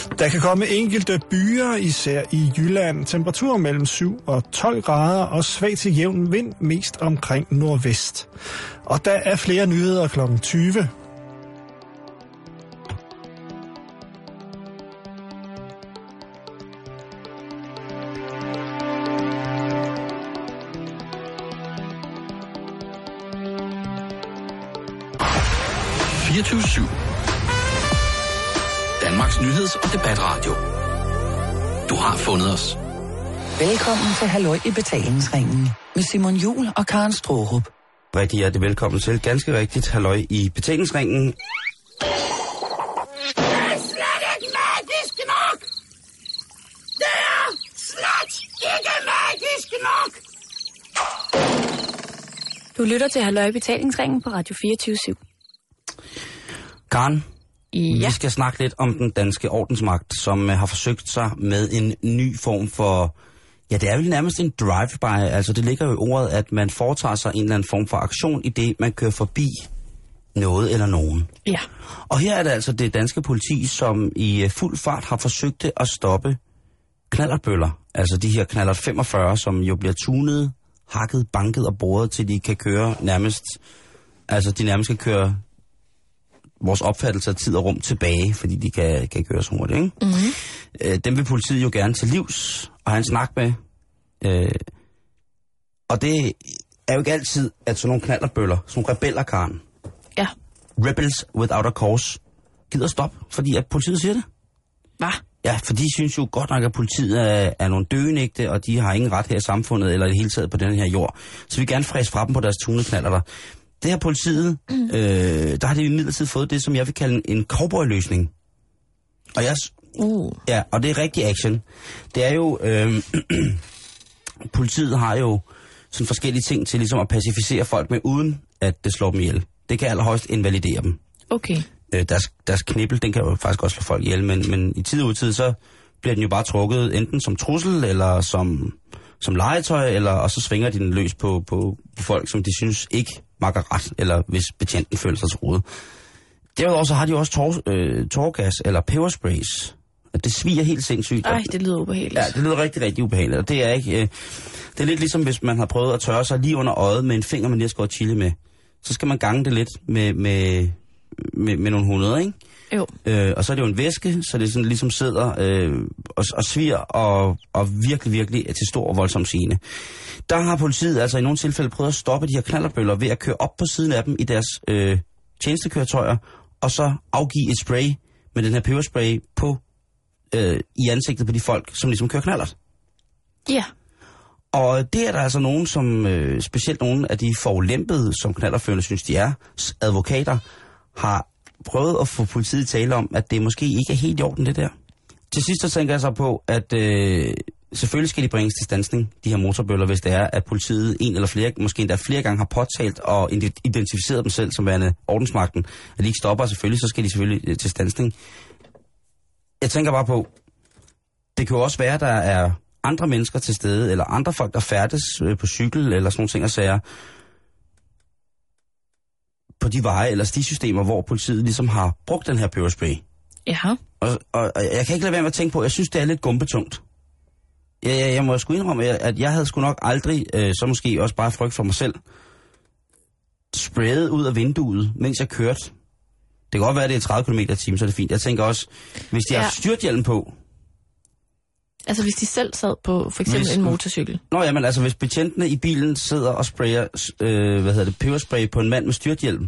Der kan komme enkelte byer, især i Jylland. Temperatur mellem 7 og 12 grader og svag til jævn vind, mest omkring nordvest. Og der er flere nyheder kl. 20. Danmarks nyheds- og debatradio. Du har fundet os. Velkommen til Halløj i betalingsringen med Simon Juhl og Karen Straarup. Rigtig hjertelig velkommen til ganske rigtigt Halløj i betalingsringen. Det er slet ikke magisk nok! Det er slet ikke magisk nok! Du lytter til Halløj i betalingsringen på Radio 24/7. Karen, ja. Vi skal snakke lidt om den danske ordensmagt, som har forsøgt sig med en ny form for... Ja, det er vel nærmest en drive-by. Altså, det ligger jo i ordet, at man foretager sig en eller anden form for aktion i det, man kører forbi noget eller nogen. Ja. Og her er det altså det danske politi, som i fuld fart har forsøgt at stoppe knallertbøller. Altså de her knallert 45, som jo bliver tunet, hakket, banket og boret, til de kan køre nærmest... Altså, de nærmest kan køre... vores opfattelse af tid og rum tilbage, fordi de kan køre så hurtigt, ikke? Mm-hmm. Dem vil politiet jo gerne til livs, og have en snak med. Og det er jo ikke altid, at sådan nogle knallerbøller, sådan nogle rebeller, Karen. Ja. Rebels without a cause, gider stoppe, fordi at politiet siger det. Hvad? Ja, for de synes jo godt nok, at politiet er nogle døgenægte, og de har ingen ret her i samfundet, eller i det hele taget på den her jord. Så vi vil gerne fræse fra dem på deres tunede knallerter. Det her politiet, der har de imidlertid fået det, som jeg vil kalde en cowboy-løsning. Og ja, og det er rigtig action. Det er jo, politiet har jo sådan forskellige ting til ligesom at pacificere folk med, uden at det slår dem ihjel. Det kan allerhøjst invalidere dem. Okay. Deres knibbel, den kan jo faktisk også slå folk ihjel, men i tid og udtid, så bliver den jo bare trukket enten som trussel, eller som legetøj, og så svinger de den løs på folk, som de synes ikke makker ret, eller hvis betjenten føler sig truet. Derudover så har de også tårgas eller pebersprays. Det sviger helt sindssygt. Ej, det lyder ubehageligt. Ja, det lyder rigtig, rigtig ubehageligt. Og det er ikke... det er lidt ligesom, hvis man har prøvet at tørre sig lige under øjet med en finger, man lige har skåret chili med. Så skal man gange det lidt med nogle 100, ikke? Jo. Og så er det jo en væske, så det sådan ligesom sidder og sviger og virkelig, virkelig er til stor og voldsom gene. Der har politiet altså i nogle tilfælde prøvet at stoppe de her knallerbøller ved at køre op på siden af dem i deres tjenestekøretøjer, og så afgive et spray med den her peberspray i ansigtet på de folk, som ligesom kører knallert. Ja. Yeah. Og det er der altså nogen, som specielt nogle af de forulempede, som knallertførende synes, de er, advokater, har prøvet at få politiet tale om, at det måske ikke er helt i orden, det der. Til sidst så tænker jeg så på, at selvfølgelig skal de bringes til standsning, de her motorbøller, hvis det er, at politiet en eller flere, måske endda flere gange har påtalt og identificeret dem selv som værende ordensmagten. At de ikke stopper, selvfølgelig, så skal de selvfølgelig til standsning. Jeg tænker bare på, det kan jo også være, at der er andre mennesker til stede, eller andre folk, der færdes på cykel, eller sådan nogle ting og sager, på de veje eller stisystemer, hvor politiet ligesom har brugt den her peberspray. Ja. Og jeg kan ikke lade være med at tænke på, jeg synes, det er lidt gumbetungt. Jeg må sgu indrømme, at jeg havde sgu nok aldrig, så måske også bare frygt for mig selv, sprayet ud af vinduet, mens jeg kørte. Det kan godt være, at det er 30 km/t, så er det fint. Jeg tænker også, hvis de har styrthjelm på... Altså hvis de selv sad på for eksempel en motorcykel? Nå ja, men altså hvis betjentene i bilen sidder og sprayer, peberspray på en mand med styrthjelm.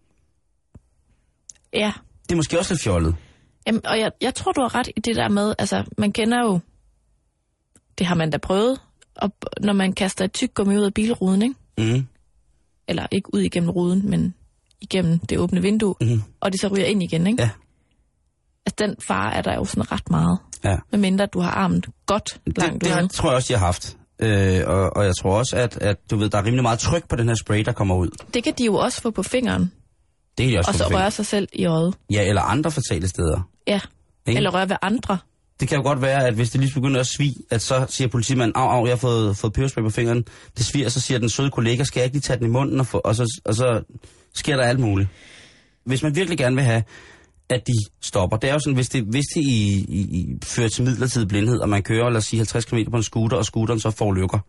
Ja. Det er måske også lidt fjollet. Jamen, og jeg tror, du har ret i det der med, altså man kender jo, det har man da prøvet, og når man kaster et tyggegummi ud af bilruden, ikke? Mm. Eller ikke ud igennem ruden, men igennem det åbne vindue, og det så ryger ind igen, ikke? Ja. Altså den fare er der jo sådan ret meget. Ja. Medmindre du har armen godt langt ude. Det tror jeg også, de har haft. Og jeg tror også, at du ved, der er rimelig meget tryk på den her spray, der kommer ud. Det kan de jo også få på fingeren. Det kan de også og få så på fingeren. røre sig selv i øjet. Ja, eller andre fatale steder. Ja, ikke? Eller røre ved andre. Det kan jo godt være, at hvis det lige begynder at svige, at så siger politimanden, au, jeg har fået peberspray på fingeren. Det sviger, så siger den søde kollega, skal jeg ikke lige tage den i munden, og så sker der alt muligt. Hvis man virkelig gerne vil have, at de stopper. Det er jo sådan, hvis det fører til midlertidig blindhed, og man kører, lad os sige, 50 km på en scooter, og scooteren så får lykker.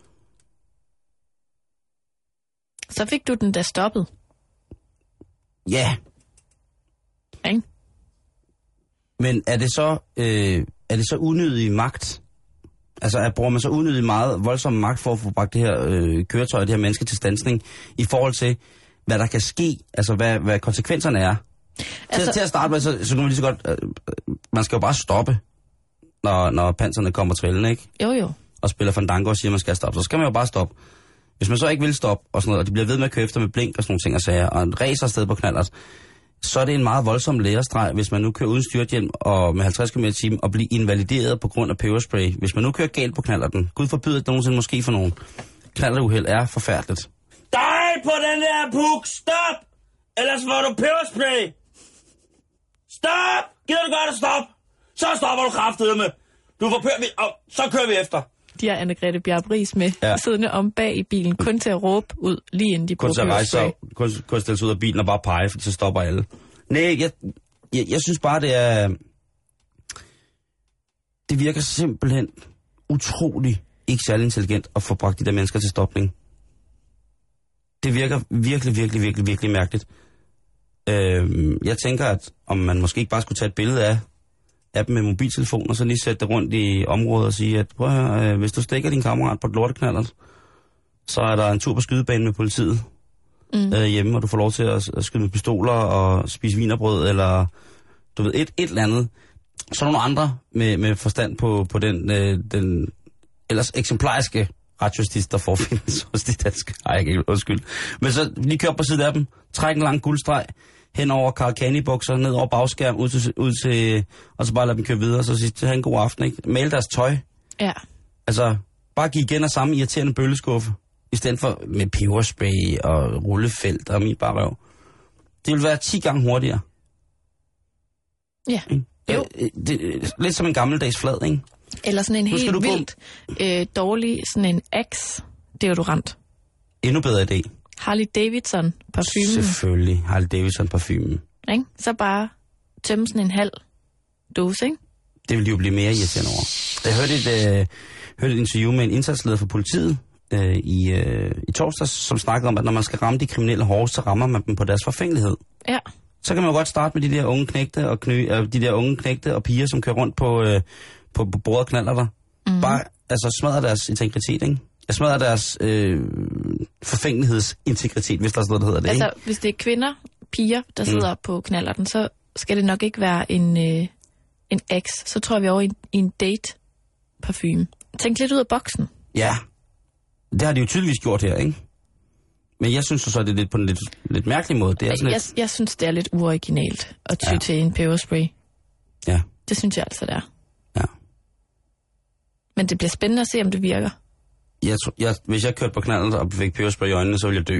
Så fik du den da stoppet. Ja. Ikke? Men er det så unødig magt? Altså, bruger man så unødig meget voldsom magt for at få bragt det her køretøj, det her menneske til standsning, i forhold til, hvad der kan ske, altså hvad konsekvenserne er? Altså, til at starte med, så kan man lige så godt, man skal jo bare stoppe, når panserne kommer trillende, ikke? Jo. Og spiller fandango og siger, at man skal stoppe. Så skal man jo bare stoppe. Hvis man så ikke vil stoppe, og sådan noget, og de bliver ved med at køre efter med blink og sådan nogle ting og sager, og en racer afsted på knallert, så er det en meget voldsom lærestreg, hvis man nu kører uden styrthjelm og med 50 km/t og bliver invalideret på grund af peberspray. Hvis man nu kører galt på knallerten, Gud forbyder det nogensinde måske for nogen. Knallertuheld er forfærdeligt. Dig på den der puk! Stop! Ellers får du peberspray! Stop! Gider du godt at stoppe? Så stopper du kraftedeme. Du får og så kører vi efter. De har Anne-Grethe Bjarup Riis med, siddende om bag i bilen, kun til at råbe ud, lige inden de bruger peberspray. Kun til at stille sig ud af bilen og bare pege, for så stopper alle. Nej, jeg synes bare, det virker simpelthen utrolig ikke særlig intelligent at få bragt de der mennesker til stopning. Det virker virkelig, virkelig, virkelig, virkelig mærkeligt. Jeg tænker, at om man måske ikke bare skulle tage et billede af dem med mobiltelefon, og så lige sætte det rundt i området og sige, at prøv at høre, hvis du stikker din kammerat på et lorteknallert, så er der en tur på skydebanen med politiet hjemme, og du får lov til at skyde med pistoler og spise wienerbrød, eller du ved, et eller andet. Så er nogle andre med forstand på den ellers eksemplariske retsjustist, der forfindes hos de danske. Ej, jeg kan ikke undskyld. Men så lige kør på siden af dem, træk en lang guldstreg, hen over Karl Kani-bukser, ned over bagskærm, ud til, og så bare lade dem køre videre, og så sige, have en god aften, ikke? Male deres tøj. Ja. Altså, bare give igen og samme irriterende bølleskuffe, i stedet for med peberspray og rullefelt og min bare røv. Det vil være 10 gange hurtigere. Ja. Jo. Lidt som en gammeldags flad, ikke? Eller sådan en helt vildt dårlig, sådan en Axe deodorant. Endnu bedre idé. Harley Davidson parfumen. Selvfølgelig, Harley Davidson parfumen. Ikke? Så bare tømme sådan en halv dose, ikke? Det vil de jo blive mere irriterende over. Jeg hørte et interview med en indsatsleder for politiet i torsdags, som snakkede om, at når man skal ramme de kriminelle hårdt, så rammer man dem på deres forfængelighed. Ja. Så kan man jo godt starte med de der unge knægte og piger, som kører rundt på bordet knallerter. Mm-hmm. Bare smadrer deres integritet, ikke? Jeg smadrer deres forfængelighedsintegritet, hvis der er noget, der hedder det, ikke? Hvis det er piger, der sidder på knallerten, så skal det nok ikke være en Axe. Så tror vi over i en date-parfume. Tænk lidt ud af boksen. Ja, det har de jo tydeligvis gjort her, ikke? Men jeg synes så, det er lidt på en lidt mærkelig måde. Det er sådan jeg synes, det er lidt uoriginalt at ty til en peberspray. Ja. Det synes jeg altså, det er. Ja. Men det bliver spændende at se, om det virker. Hvis jeg kørte på knaldet og fik peberspray i øjnene, så ville jeg dø.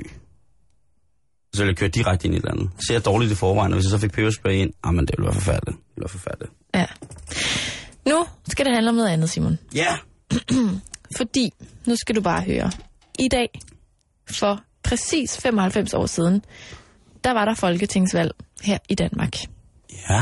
Så ville jeg køre direkte ind i et eller andet. Så jeg dårligt i forvejen, og hvis jeg så fik peberspray ind, men det ville være forfærdeligt. Ja. Nu skal det handle om noget andet, Simon. Ja. Fordi, nu skal du bare høre. I dag, for præcis 95 år siden, der var der folketingsvalg her i Danmark. Ja.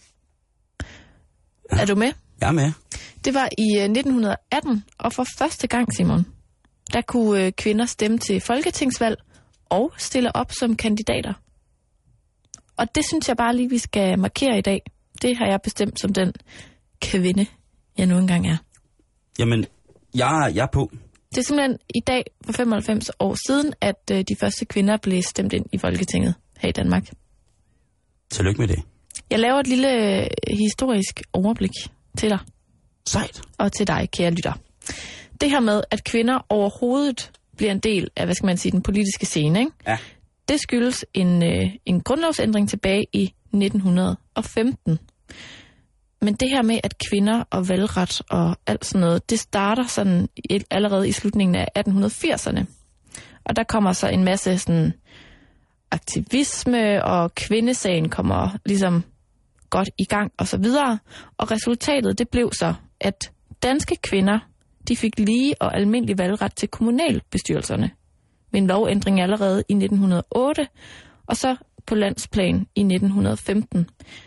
Er du med? Jeg er med. Det var i 1918, og for første gang, Simon, der kunne kvinder stemme til folketingsvalg og stille op som kandidater. Og det synes jeg bare lige, vi skal markere i dag. Det har jeg bestemt som den kvinde, jeg nu engang er. Jamen, jeg er på. Det er simpelthen i dag for 95 år siden, at de første kvinder blev stemt ind i Folketinget her i Danmark. Tillykke med det. Jeg laver et lille historisk overblik til dig. Sejt. Og til dig, kære lytter. Det her med, at kvinder overhovedet bliver en del af, den politiske scene, ikke? Ja. Det skyldes en grundlovsændring tilbage i 1915. Men det her med, at kvinder og valgret og alt sådan noget, det starter sådan allerede i slutningen af 1880'erne. Og der kommer så en masse sådan aktivisme, og kvindesagen kommer ligesom godt i gang og så videre. Og resultatet, det blev så, at danske kvinder, de fik lige og almindelig valgret til kommunalbestyrelserne ved en lovændring allerede i 1908, og så på landsplan i 1915.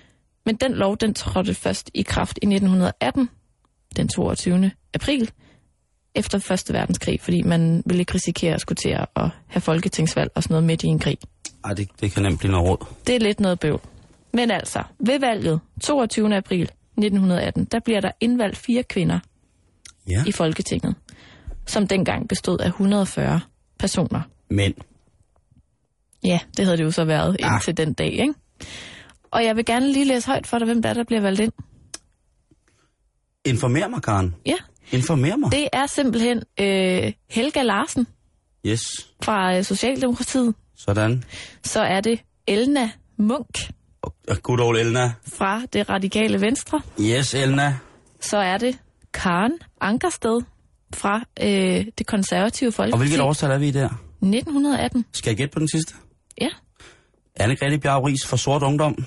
Men den lov, den trådte først i kraft i 1918, den 22. april, efter Første Verdenskrig, fordi man ville ikke risikere at skulle til at have folketingsvalg og sådan noget midt i en krig. Ej, det kan nemt blive noget råd. Det er lidt noget bøvl. Men altså, ved valget 22. april 1918, der bliver der indvalgt 4 kvinder i Folketinget, som dengang bestod af 140 personer. Mænd. Ja, det havde det jo så været indtil den dag, ikke? Og jeg vil gerne lige læse højt for dig, hvem der bliver valgt ind. Informer mig, Karen. Ja. Informer mig. Det er simpelthen Helga Larsen. Yes. Fra Socialdemokratiet. Sådan. Så er det Elna Munch. Good old Elna. Fra det radikale Venstre. Yes, Elna. Så er det Karen Ankersted fra det konservative Folkeparti. Og hvilket årstal er vi i der? 1918. Skal jeg gætte på den sidste? Ja. Anne-Grethe Bjarup Riis for Sort Ungdom.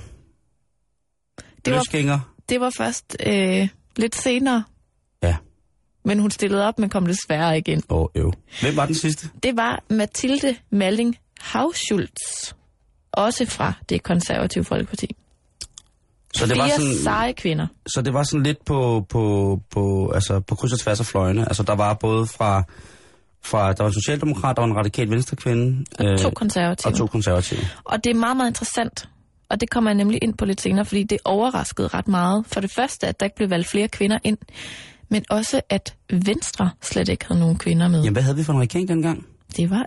Det var først lidt senere. Ja. Men hun stillede op, men kom desværre ikke ind. Hvem var den sidste? Det var Mathilde Malling Hauschultz. Også fra det konservative Folkeparti. Så det var sådan, seje kvinder. Så det var sådan lidt på kryds og tværs af fløjene. Altså der var både fra der var en socialdemokrat, der var en radikal venstrekvinde. Og 2 konservative. Og det er meget, meget interessant. Og det kommer jeg nemlig ind på lidt senere, fordi det overraskede ret meget. For det første, at der ikke blev valgt flere kvinder ind, men også, at Venstre slet ikke havde nogen kvinder med. Jamen, hvad havde vi for en regering dengang? Det var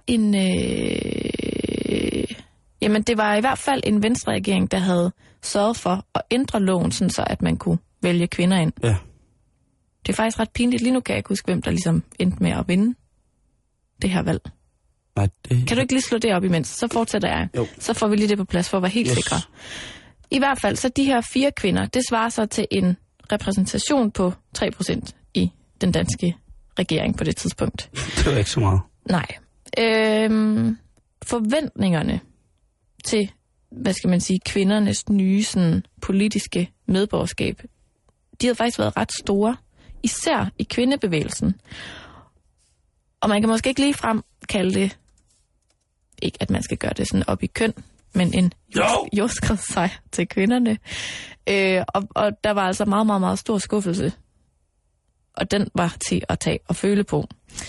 Jamen, det var i hvert fald en Venstre-regering, der havde sørget for at ændre loven, sådan så at man kunne vælge kvinder ind. Ja. Det er faktisk ret pinligt. Lige nu kan jeg ikke huske, hvem der ligesom endte med at vinde det her valg. Nej, det... Kan du ikke lige slå det op imens? Så fortsætter jeg. Jo. Så får vi lige det på plads for at være helt sikre. I hvert fald, så de her 4 kvinder, det svarer så til en repræsentation på 3% i den danske regering på det tidspunkt. Det var ikke så meget. Nej. Forventningerne til, hvad skal man sige, kvindernes nye sådan, politiske medborgerskab, de havde faktisk været ret store, især i kvindebevægelsen. Og man kan måske ikke ligefrem kalde det, ikke at man skal gøre det sådan op i køn, men en jordskredssejr til kvinderne. Og der var altså meget, meget, meget stor skuffelse. Og den var til at tage og føle på.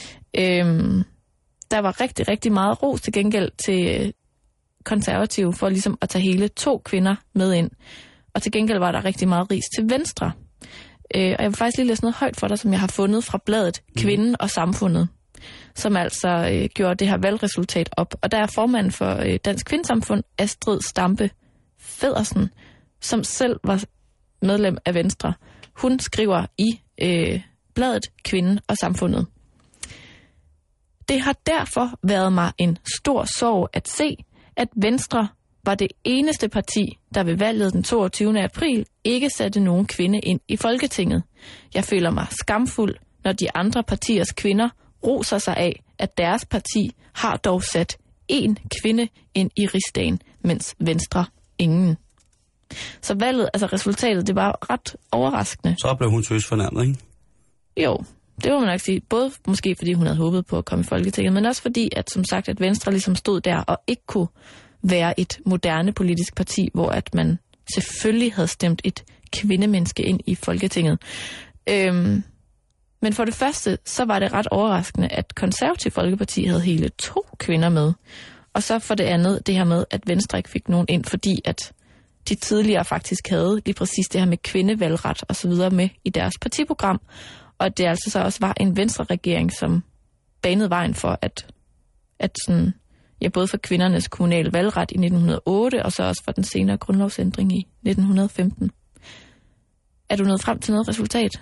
Der var rigtig, rigtig meget ros til gengæld til konservative for ligesom at tage hele 2 kvinder med ind. Og til gengæld var der rigtig meget ris til Venstre. Og jeg vil faktisk lige læse noget højt for dig, som jeg har fundet fra bladet Kvinden og Samfundet, som altså gjorde det her valgresultat op. Og der er formanden for Dansk Kvindesamfund, Astrid Stampe Feddersen, som selv var medlem af Venstre. Hun skriver i bladet Kvinden og Samfundet: Det har derfor været mig en stor sorg at se, at Venstre var det eneste parti, der ved valget den 22. april ikke satte nogen kvinde ind i Folketinget. Jeg føler mig skamfuld, når de andre partiers kvinder roser sig af, at deres parti har dog sat 1 kvinde ind i rigsdagen, mens Venstre ingen. Så valget, altså resultatet, det var ret overraskende. Så blev hun tøs fornærmet, ikke? Jo, det må man nok sige. Både måske fordi hun havde håbet på at komme i Folketinget, men også fordi, at som sagt, at Venstre ligesom stod der og ikke kunne være et moderne politisk parti, hvor at man selvfølgelig havde stemt et kvindemenneske ind i Folketinget. Men for det første, så var det ret overraskende, at Konservativ Folkeparti havde hele 2 kvinder med. Og så for det andet, det her med, at Venstre ikke fik nogen ind, fordi at de tidligere faktisk havde lige præcis det her med kvindevalgret og så videre med i deres partiprogram. Og det altså så også var en Venstre-regering, som banede vejen for, at sådan, ja, både for kvindernes kommunale valgret i 1908, og så også for den senere grundlovsændring i 1915. Er du nået frem til noget resultat?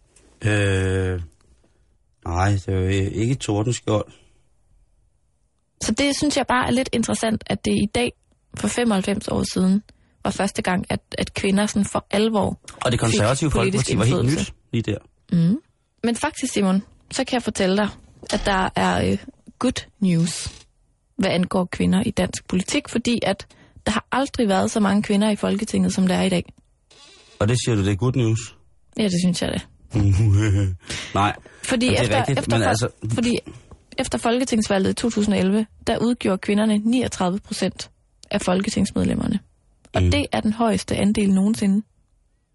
Nej, det er jo ikke tordenskjold. Så det synes jeg bare er lidt interessant, at det i dag, for 95 år siden, var første gang, at kvinder sådan for alvor. Og det konservative Folkeparti var helt nyt lige der. Mm. Men faktisk, Simon, så kan jeg fortælle dig, at der er good news, hvad angår kvinder i dansk politik, fordi at der har aldrig været så mange kvinder i Folketinget, som der er i dag. Og det siger du, det er good news? Ja, det synes jeg det. Nej, fordi det er rigtigt, men altså... Fordi efter folketingsvalget i 2011, der udgjorde kvinderne 39% af folketingsmedlemmerne. Og det er den højeste andel nogensinde.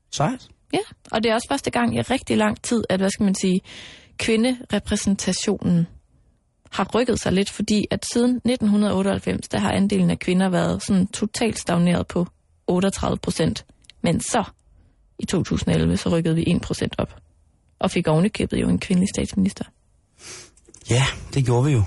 Sejt. Ja, og det er også første gang i rigtig lang tid, at, hvad skal man sige, kvinderepræsentationen har rykket sig lidt, fordi at siden 1998, der har andelen af kvinder været sådan totalt stagneret på 38%. Men så, i 2011, så rykkede vi 1% op. Og fik ovenikøbet jo en kvindelig statsminister. Ja, det gjorde vi jo.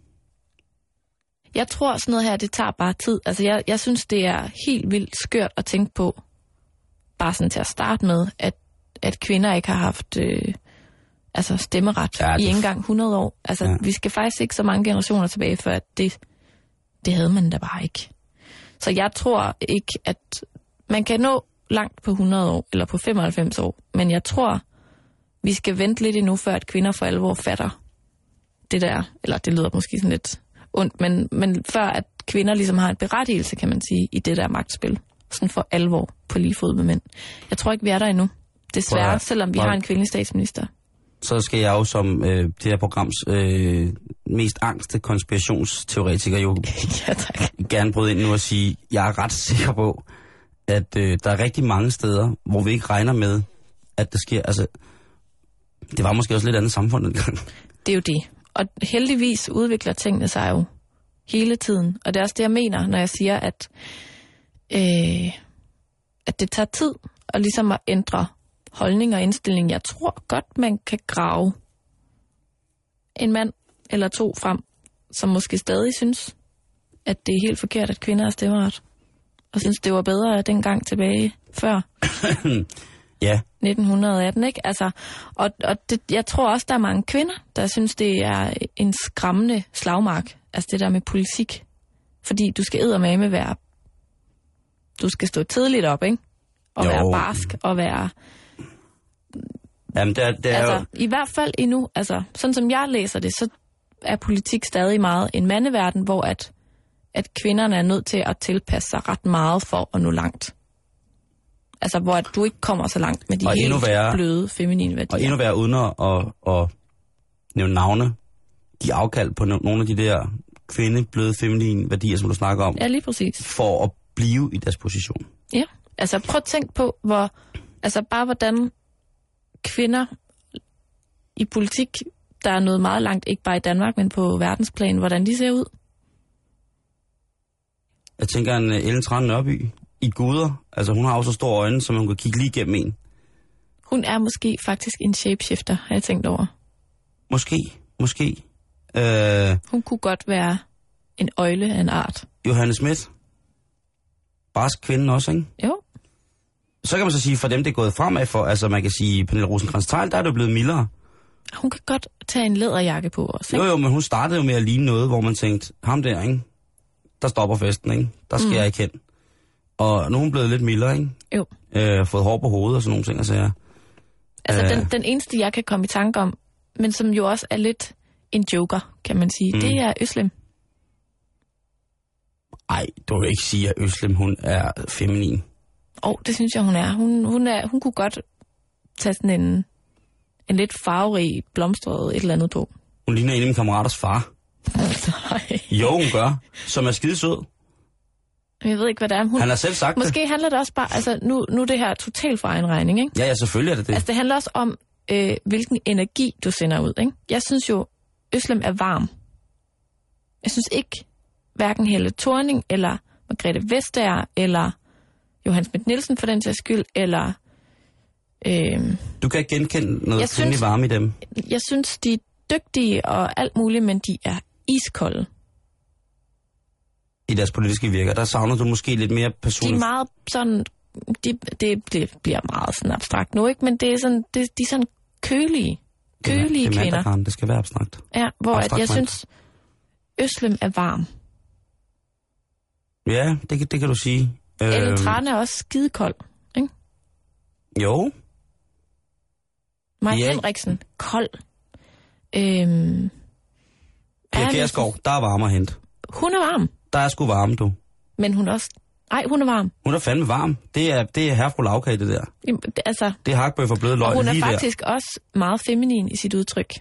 Jeg tror sådan noget her, det tager bare tid. Altså jeg synes, det er helt vildt skørt at tænke på, bare sådan til at starte med, at kvinder ikke har haft stemmeret i ikke engang 100 år. Altså, vi skal faktisk ikke så mange generationer tilbage, før at det havde man da bare ikke. Så jeg tror ikke, at man kan nå langt på 100 år, eller på 95 år, men jeg tror, vi skal vente lidt endnu, før at kvinder for alvor fatter det der, eller det lyder måske sådan lidt ondt, men før at kvinder ligesom har en berettigelse, kan man sige, i det der magtspil. Sådan for alvor på lige fod med mænd. Jeg tror ikke, vi er der endnu. Desværre, selvom vi har en kvindelig statsminister. Så skal jeg jo som det her programs mest angste konspirationsteoretiker jo gerne bryde ind nu og sige, jeg er ret sikker på, at der er rigtig mange steder, hvor vi ikke regner med, at det sker. Altså, det var måske også lidt andet samfund dengang. Det er jo det. Og heldigvis udvikler tingene sig jo hele tiden. Og det er også det, jeg mener, når jeg siger, at det tager tid og ligesom at ændre holdning og indstilling. Jeg tror godt, man kan grave en mand eller to frem, som måske stadig synes, at det er helt forkert, at kvinder er stemmeret. Og synes, det var bedre dengang tilbage før. Ja. 1918, ikke? Altså, og jeg tror også, der er mange kvinder, der synes, det er en skræmmende slagmark. Altså det der med politik. Fordi du skal eddermame være... Du skal stå tidligt op, ikke? Og være barsk, og være... Jamen, det er altså, jo... i hvert fald endnu, altså, sådan som jeg læser det, så er politik stadig meget en mandeverden, hvor at kvinderne er nødt til at tilpasse sig ret meget for at nå langt. Altså, hvor at du ikke kommer så langt med de helt bløde, feminine værdier. Og endnu værre uden at nævne navne, de afkald på nogle af de der bløde, feminine værdier, som du snakker om. Ja, lige præcis. For at blive i deres position. Ja, altså prøv at tænke på, hvordan kvinder i politik, der er noget meget langt, ikke bare i Danmark, men på verdensplan, hvordan de ser ud. Jeg tænker en Ellen Trane Nørby i Guder. Altså hun har jo så store øjne, så man kan kigge lige igennem en. Hun er måske faktisk en shapeshifter, har jeg tænkt over. Måske. Hun kunne godt være en øgle af en art. Johanne Schmidt. Barsk kvinde også, ikke? Jo. Så kan man så sige, for dem det er gået fremad for, altså man kan sige, Pernille Rosenkrantz-Theil, der er det blevet mildere. Hun kan godt tage en læderjakke på også, ikke? Jo, men hun startede jo med at ligne noget, hvor man tænkte, ham der, ikke? Der stopper festen, ikke? Der skal jeg ikke hen. Og nu er hun blevet lidt mildere, ikke? Jo. Fået hår på hovedet og sådan nogle ting, og sager. Altså den eneste, jeg kan komme i tanke om, men som jo også er lidt en joker, kan man sige, det er Özlem. Ej, du vil ikke sige, at Özlem, hun er feminin. Det synes jeg, hun er. Hun kunne godt tage sådan en lidt farverig, blomstret et eller andet på. Hun ligner en af mine kammeraters far. Nej. Jo, hun gør. Som er skidesød. Jeg ved ikke, hvad det er. Han har selv sagt måske det. Handler det også bare... Altså, nu er det her totalt for egen regning, ikke? Ja, selvfølgelig er det det. Altså, det handler også om, hvilken energi du sender ud, ikke? Jeg synes jo, Özlem er varm. Jeg synes ikke, hverken Helle Thorning, eller Margrethe Vestager, eller Johan Schmidt-Nielsen for den sags skyld, eller... Du kan ikke genkende noget kvindelig varme i dem? Jeg synes, de er dygtige og alt muligt, men de er iskolde. I deres politiske virker, der savner du måske lidt mere personligt... De er meget sådan... Det bliver meget sådan abstrakt nu, ikke? Men det er sådan, de er sådan kølige kvinder. Det skal være abstrakt. Ja, hvor abstrakt, jeg synes, Özlem er varm. Ja, det kan du sige. Ellen Trane er også skidekold, ikke? Jo. Maja Henriksen, kold. Per Kjærsgaard, der er varme at hente. Hun er varm. Der er sgu varme, du. Men hun er også... Nej, hun er varm. Hun er fandme varm. Det er herfru lavkage, det der. Jamen, altså... Det er hakbøf og bløde løg lige der. Og hun er faktisk også meget feminin i sit udtryk.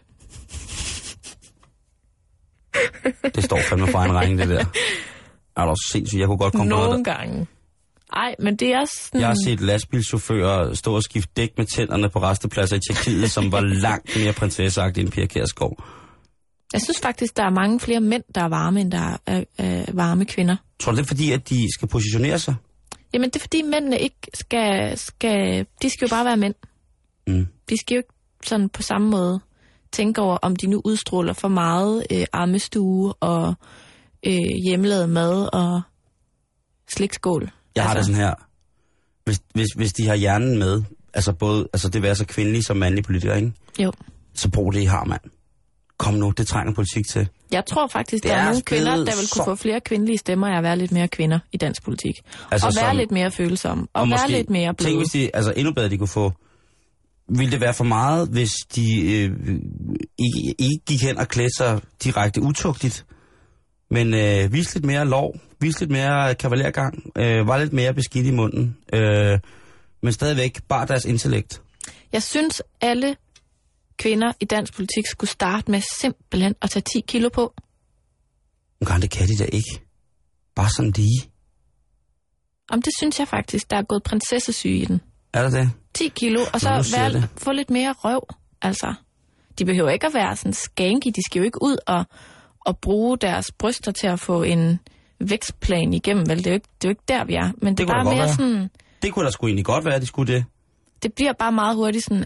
Det står fandme for en regning, det der. Er du sindssygt, jeg kunne godt komme nogle gange. Ej, men det er også sådan... Jeg har set lastbilschauffører stå og skifte dæk med tænderne på rastepladser i Tjekkiet, som var langt mere prinsesseagtige end Pia Kjærsgaard. Jeg synes faktisk, der er mange flere mænd, der er varme, end der er varme kvinder. Tror du, det er fordi, at de skal positionere sig? Jamen, det er fordi, mændene ikke skal... De skal jo bare være mænd. Mm. De skal jo ikke sådan på samme måde tænke over, om de nu udstråler for meget armestue og hjemmelavet mad og slikskål. Jeg har det sådan her. Hvis de har hjernen med, altså det vil være så kvindelige som mandlige politikere, ikke? Jo. Så brug det, I har, mand. Kom nu, det trænger politik til. Jeg tror faktisk, der er nogle kvinder, der vil kunne få flere kvindelige stemmer af at være lidt mere kvinder i dansk politik. Altså, og være lidt mere følsomme. Og være lidt mere bløde. Tænk, hvis de, endnu bedre de kunne få... Ville det være for meget, hvis de ikke gik hen og klædte sig direkte utugtigt, men viste lidt mere lov, viste lidt mere kavalergang, var lidt mere beskidt i munden, men stadigvæk bare deres intellekt? Jeg synes, alle kvinder i dansk politik skulle starte med simpelthen at tage 10 kilo på. Men det kan de da ikke. Bare sådan lige. Om det synes jeg faktisk, der er gået prinsessesyge i den. Er det det? 10 kilo, og så få lidt mere røv. Altså, de behøver ikke at være sådan skanky. De skal jo ikke ud og bruge deres bryster til at få en vækstplan igennem. Vel, det er jo ikke der, vi er. Men det er bare mere være. Sådan... Det kunne da sgu egentlig godt være, at de skulle det. Det bliver bare meget hurtigt sådan,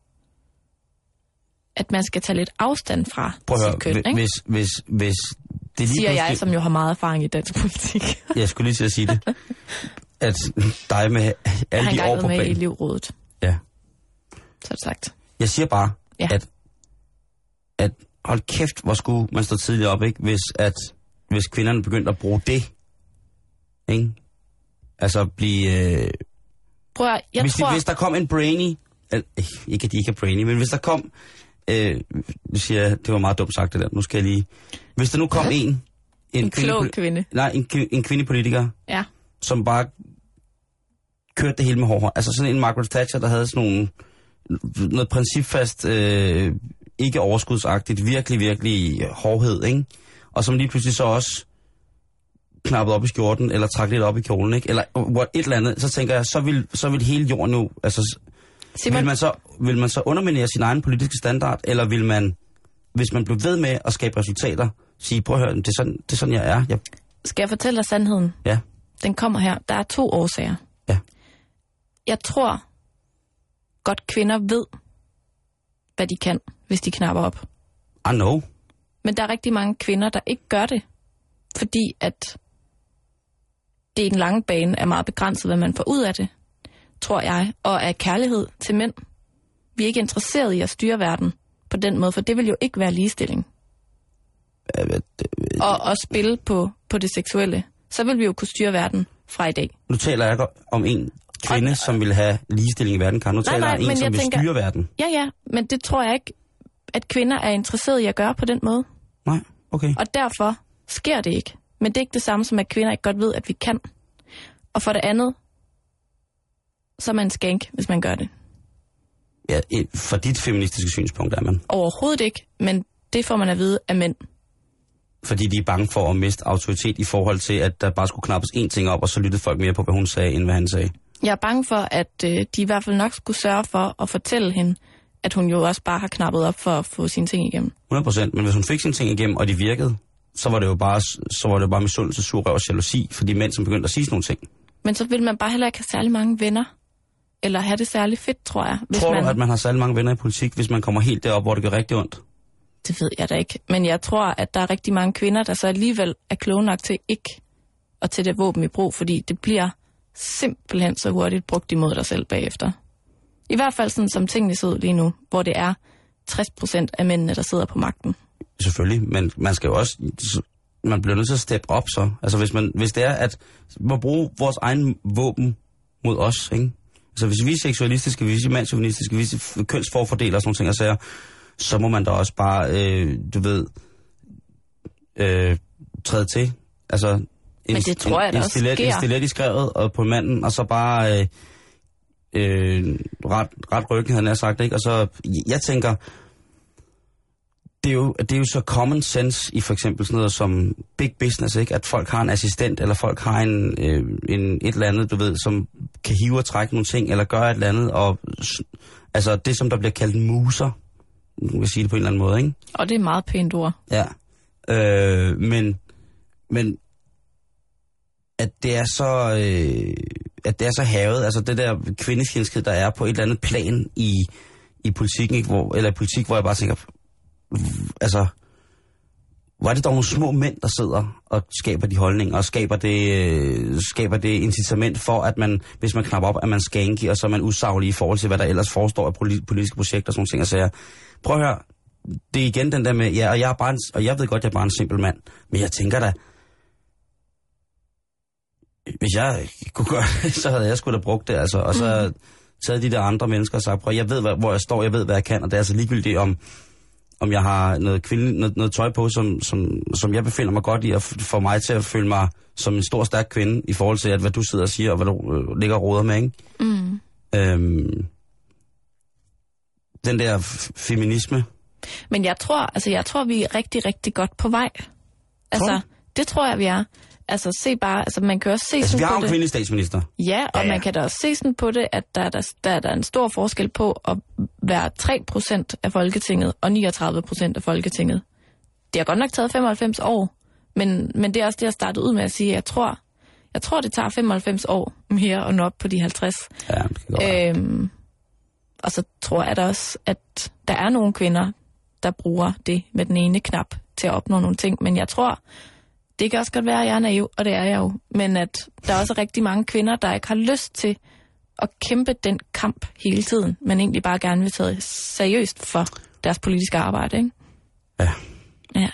at man skal tage lidt afstand fra sit køn, ikke? Hvis det lige siger jeg, som jo har meget erfaring i dansk politik. Jeg skulle lige til at sige det. At dig med alle de år på banen. Han med i elevrådet. Ja. Så er det sagt. Jeg siger bare, at hold kæft, hvor skulle man stå tidligt op, ikke? Hvis kvinderne begyndte at bruge det. Ikke? Altså blive... Prøv at, hvis der kom en brainy... Ikke at de ikke er brainy, men hvis der kom... Nu siger jeg, det var meget dumt sagt det der. Nu skal jeg lige... Hvis der nu kom en klog kvinde. Nej, en kvindepolitiker. Ja. Som bare kørte det hele med hård. Altså sådan en Margaret Thatcher, der havde sådan noget principfast, ikke overskudsagtigt, virkelig, virkelig hårdhed, ikke? Og som lige pludselig så også knappede op i skjorten, eller trak lidt op i kjolen, ikke? Eller et eller andet. Så tænker jeg, så vil hele jorden nu... Altså, vil man så underminere sin egen politiske standard, eller vil man, hvis man bliver ved med at skabe resultater, sige, prøv at høre, det er sådan jeg er. Skal jeg fortælle dig sandheden? Ja. Den kommer her. Der er 2 årsager. Ja. Jeg tror godt kvinder ved, hvad de kan, hvis de knapper op. I know. Men der er rigtig mange kvinder, der ikke gør det, fordi at det i den lange bane er meget begrænset, hvad man får ud af det, tror jeg, og af kærlighed til mænd. Vi er ikke interesseret i at styre verden på den måde, for det vil jo ikke være ligestilling. Og at spille på det seksuelle. Så vil vi jo kunne styre verden fra i dag. Nu taler jeg om en kvinde, som vil have ligestilling i verden. Nu taler jeg om en, som vil styre verden. Ja, men det tror jeg ikke, at kvinder er interesseret i at gøre på den måde. Nej, okay. Og derfor sker det ikke. Men det er ikke det samme som, at kvinder ikke godt ved, at vi kan. Og for det andet, så er man skank, hvis man gør det. Ja, for dit feministiske synspunkt er man? Overhovedet ikke, men det får man at vide af mænd. Fordi de er bange for at miste autoritet i forhold til, at der bare skulle knappes én ting op, og så lyttede folk mere på, hvad hun sagde, end hvad han sagde. Jeg er bange for, at de i hvert fald nok skulle sørge for at fortælle hende, at hun jo også bare har knappet op for at få sine ting igennem. 100%, men hvis hun fik sine ting igennem, og de virkede, så var det jo bare misundelse, surrøv og jalousi for de mænd, som begyndte at sige sådan nogle ting. Men så vil man bare heller ikke have særlig mange venner. Eller have det særlig fedt, tror jeg. Tror du, at man har særlig mange venner i politik, hvis man kommer helt derop, hvor det gør rigtig ondt? Det ved jeg da ikke. Men jeg tror, at der er rigtig mange kvinder, der så alligevel er kloge nok til ikke at tage det våben i brug, fordi det bliver simpelthen så hurtigt brugt imod dig selv bagefter. I hvert fald sådan, som tingene ser ud lige nu, hvor det er 60% af mændene, der sidder på magten. Selvfølgelig, men man skal jo også... Man bliver nødt til at steppe op så. Altså hvis det er, at man bruger vores egen våben mod os, ikke? Altså hvis vi er seksualistiske, hvis vi er mandsjuvenistiske, hvis vi er kønsforfordeler og sådan nogle ting, så må man da også bare, træde til. Altså men det tror jeg, en stilet i skrevet og på manden, og så bare ret ryggen, han har sagt, ikke? Og så, jeg tænker, det er jo så common sense i for eksempel sådan noget som big business, ikke? At folk har en assistent, eller folk har en et eller andet, du ved, som kan hive og trække nogle ting, eller gøre et eller andet, og altså det, som der bliver kaldt muser, nu kan sige det på en eller anden måde, ikke? Og det er meget pænt ord. Ja, men at det er så havet, altså det der kvindefjendskhed, der er på et eller andet plan i politikken, ikke? Eller politik, hvor jeg bare tænker, altså, hvor er det dog nogle små mænd, der sidder og skaber de holdninger, og skaber det incitament for, at man, hvis man knapper op, at man skanky, og så er man usaglig i forhold til, hvad der ellers forestår af politiske projekter og sådan nogle ting, og så prøv at høre, det er igen den der med, ja, og jeg ved godt, jeg er bare en simpel mand, men jeg tænker da, hvis jeg kunne gøre det, så havde jeg sgu da brugt det, altså, og så taget de der andre mennesker og sagt, prøv, jeg ved, hvor jeg står, jeg ved, hvad jeg kan, og det er altså ligegyldigt, om jeg har noget tøj på, som jeg befinder mig godt i, og får mig til at føle mig som en stor, stærk kvinde, i forhold til, at hvad du sidder og siger, og hvad du ligger og roder med, ikke? Den der feminisme. Men jeg tror, vi er rigtig, rigtig godt på vej. Altså, det tror jeg, vi er. Altså, se bare, altså man kan også se sådan på det. Vi har jo en kvindelig statsminister. Ja, og man kan da også se sådan på det, at der er en stor forskel på at være 3% af Folketinget og 39% af Folketinget. Det har godt nok taget 95 år, men det er også det, jeg startede ud med at sige. Jeg tror, det tager 95 år mere at nå op på de 50. Ja, det kan godt være. Og så tror jeg da også, at der er nogle kvinder, der bruger det med den ene knap til at opnå nogle ting. Men jeg tror, det kan også godt være, at jeg er naiv, og det er jeg jo. Men at der er også rigtig mange kvinder, der ikke har lyst til at kæmpe den kamp hele tiden, men egentlig bare gerne vil tage seriøst for deres politiske arbejde, ikke? Ja. Ja.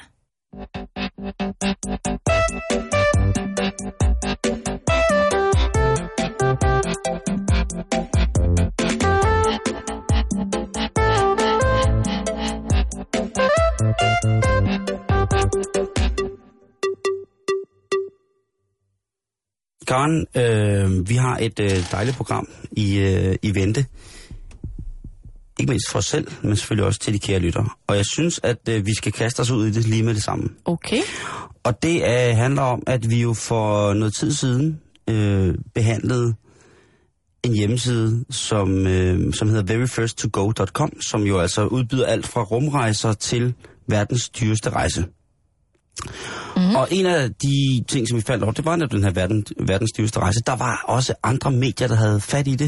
Karen, vi har et dejligt program i vente. Ikke mindst for os selv, men selvfølgelig også til de kære lyttere. Og jeg synes, at vi skal kaste os ud i det lige med det samme. Okay. Og det handler om, at vi jo for noget tid siden behandlede en hjemmeside, som hedder veryfirsttogo.com, som jo altså udbyder alt fra rumrejser til verdens dyreste rejse. Mm. Og en af de ting, som vi faldt over, det var netop den her verdens dyreste rejse. Der var også andre medier, der havde fat i det.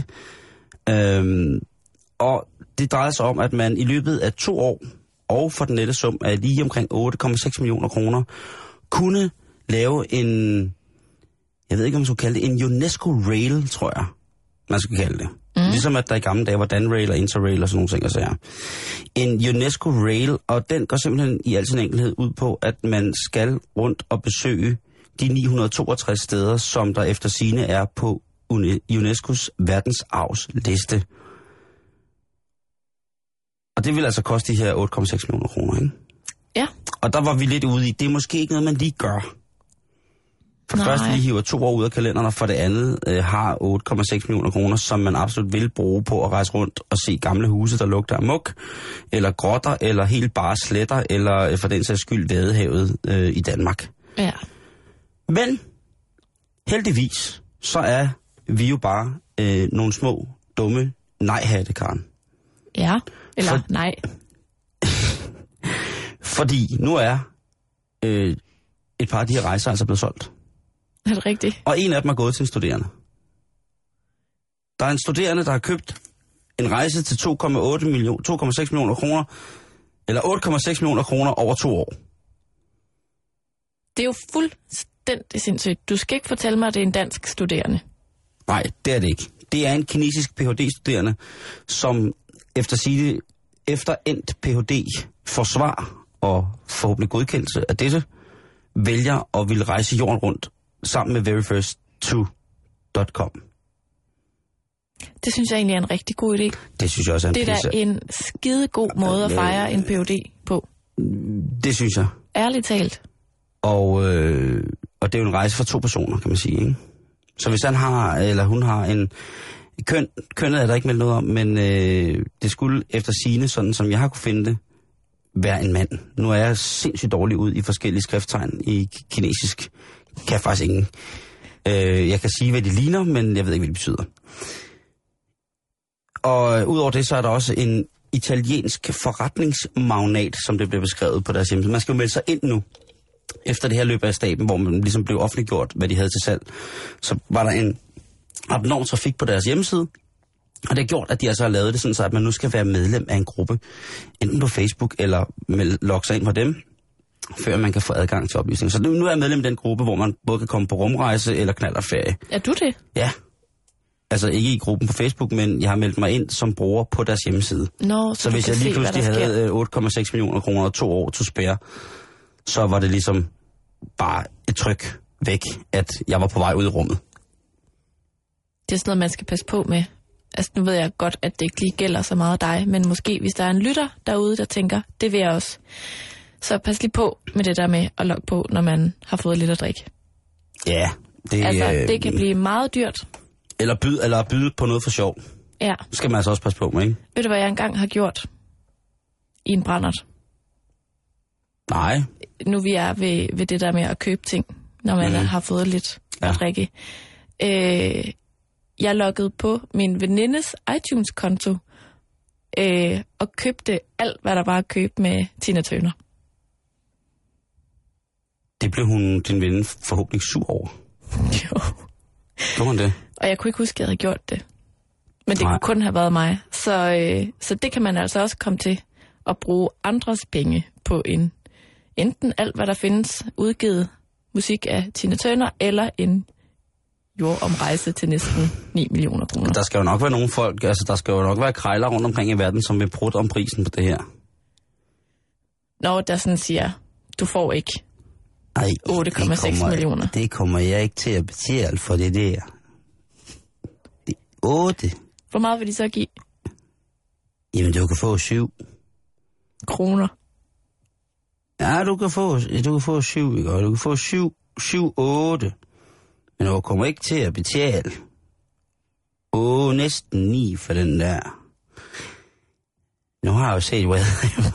Og det drejede sig om, at man i løbet af 2 år, og for den nette sum af lige omkring 8,6 millioner kroner, kunne lave en, jeg ved ikke, om man skulle kalde det, en UNESCO Rail, tror jeg, man skulle kalde det. Ligesom at der i gamle dage var Danrail og Interrail og sådan nogle ting, og sager. En UNESCO Rail, og den går simpelthen i al sin enkelhed ud på, at man skal rundt og besøge de 962 steder, som der efter sigende er på UNESCO's verdensarvsliste. Og det vil altså koste de her 8,6 millioner kroner, ikke? Ja. Og der var vi lidt ude i, det er måske ikke noget, man lige gør. For det første lige hiver 2 år ud af kalenderen, og for det andet har 8,6 millioner kroner, som man absolut vil bruge på at rejse rundt og se gamle huse, der lugter af muk, eller grotter, eller helt bare sletter, eller for den sags skyld Vadehavet i Danmark. Ja. Men heldigvis, så er vi jo bare nogle små, dumme nej-hatte, Karen. Ja, eller nej. Fordi nu er et par af de her rejser altså blevet solgt. Er det rigtigt? Og en af dem er gået til en studerende. Der er en studerende, der har købt en rejse til 2,6 millioner kroner, eller 8,6 millioner kroner over 2 år. Det er jo fuldstændig sindssygt. Du skal ikke fortælle mig, at det er en dansk studerende. Nej, det er det ikke. Det er en kinesisk Ph.D.-studerende, som efter endt Ph.D. forsvar og forhåbentlig godkendelse af dette, vælger at ville rejse jorden rundt sammen med veryfirstto.com. Det synes jeg egentlig er en rigtig god idé. Det synes jeg også er en Det er da en skidegod måde at fejre en Ph.D. på. Det synes jeg. Ærligt talt. Og det er jo en rejse for 2 personer, kan man sige, ikke? Så hvis han har, eller hun har en... Kønnet er der ikke meldt noget om, men det skulle efter sigende, sådan som jeg har kunne finde det, være en mand. Nu er jeg sindssygt dårlig ud i forskellige skrifttegn i kinesisk. Kan jeg faktisk ingen. Jeg kan sige, hvad de ligner, men jeg ved ikke, hvad det betyder. Og udover det, så er der også en italiensk forretningsmagnat, som det bliver beskrevet på deres hjemmeside. Man skal jo melde sig ind nu, efter det her løb af staben, hvor man ligesom blev offentliggjort, hvad de havde til salg. Så var der en abnorm trafik på deres hjemmeside, og det har gjort, at de altså har lavet det sådan, så at man nu skal være medlem af en gruppe, enten på Facebook eller logge sig ind på dem, før man kan få adgang til oplysninger. Så nu er jeg medlem af den gruppe, hvor man både kan komme på rumrejse eller knallertferie. Er du det? Ja. Altså ikke i gruppen på Facebook, men jeg har meldt mig ind som bruger på deres hjemmeside. Så hvis jeg lige pludselig havde 8,6 millioner kroner og 2 år til spare, så var det ligesom bare et tryk væk, at jeg var på vej ud i rummet. Det er sådan noget, man skal passe på med. Altså nu ved jeg godt, at det ikke lige gælder så meget dig, men måske hvis der er en lytter derude, der tænker, det vil jeg også. Så pas lige på med det der med at logge på, når man har fået lidt at drikke. Ja, det kan blive meget dyrt. Eller byde på noget for sjov. Ja. Det skal man altså også passe på med, ikke? Ved du, hvad jeg engang har gjort? I en brændert. Nej. Nu vi er ved det der med at købe ting, når man har fået lidt at drikke. Jeg loggede på min venindes iTunes-konto og købte alt, hvad der var at købe med Tina Turner. Det blev din veninde forhåbentlig sur over. Jo. Gjorde hun det? Og jeg kunne ikke huske, at jeg havde gjort det. Men det kunne kun have været mig. Så det kan man altså også komme til at bruge andres penge på enten alt, hvad der findes udgivet musik af Tina Turner, eller en jordomrejse til næsten 9 millioner kroner. Der skal jo nok være nogle folk, altså der skal jo nok være krejler rundt omkring i verden, som vil prutte om prisen på det her. Når der sådan siger, du får ikke 8,6 millioner. Det kommer jeg ikke til at betale for det der. 8. Hvor meget vil de så give? Jamen, du kan få 7 kroner. Ja, du kan få 7, ikke? Du kan få 7-8. Men du kommer ikke til at betale. Næsten 9 for den der. Nu har jeg jo set hvad.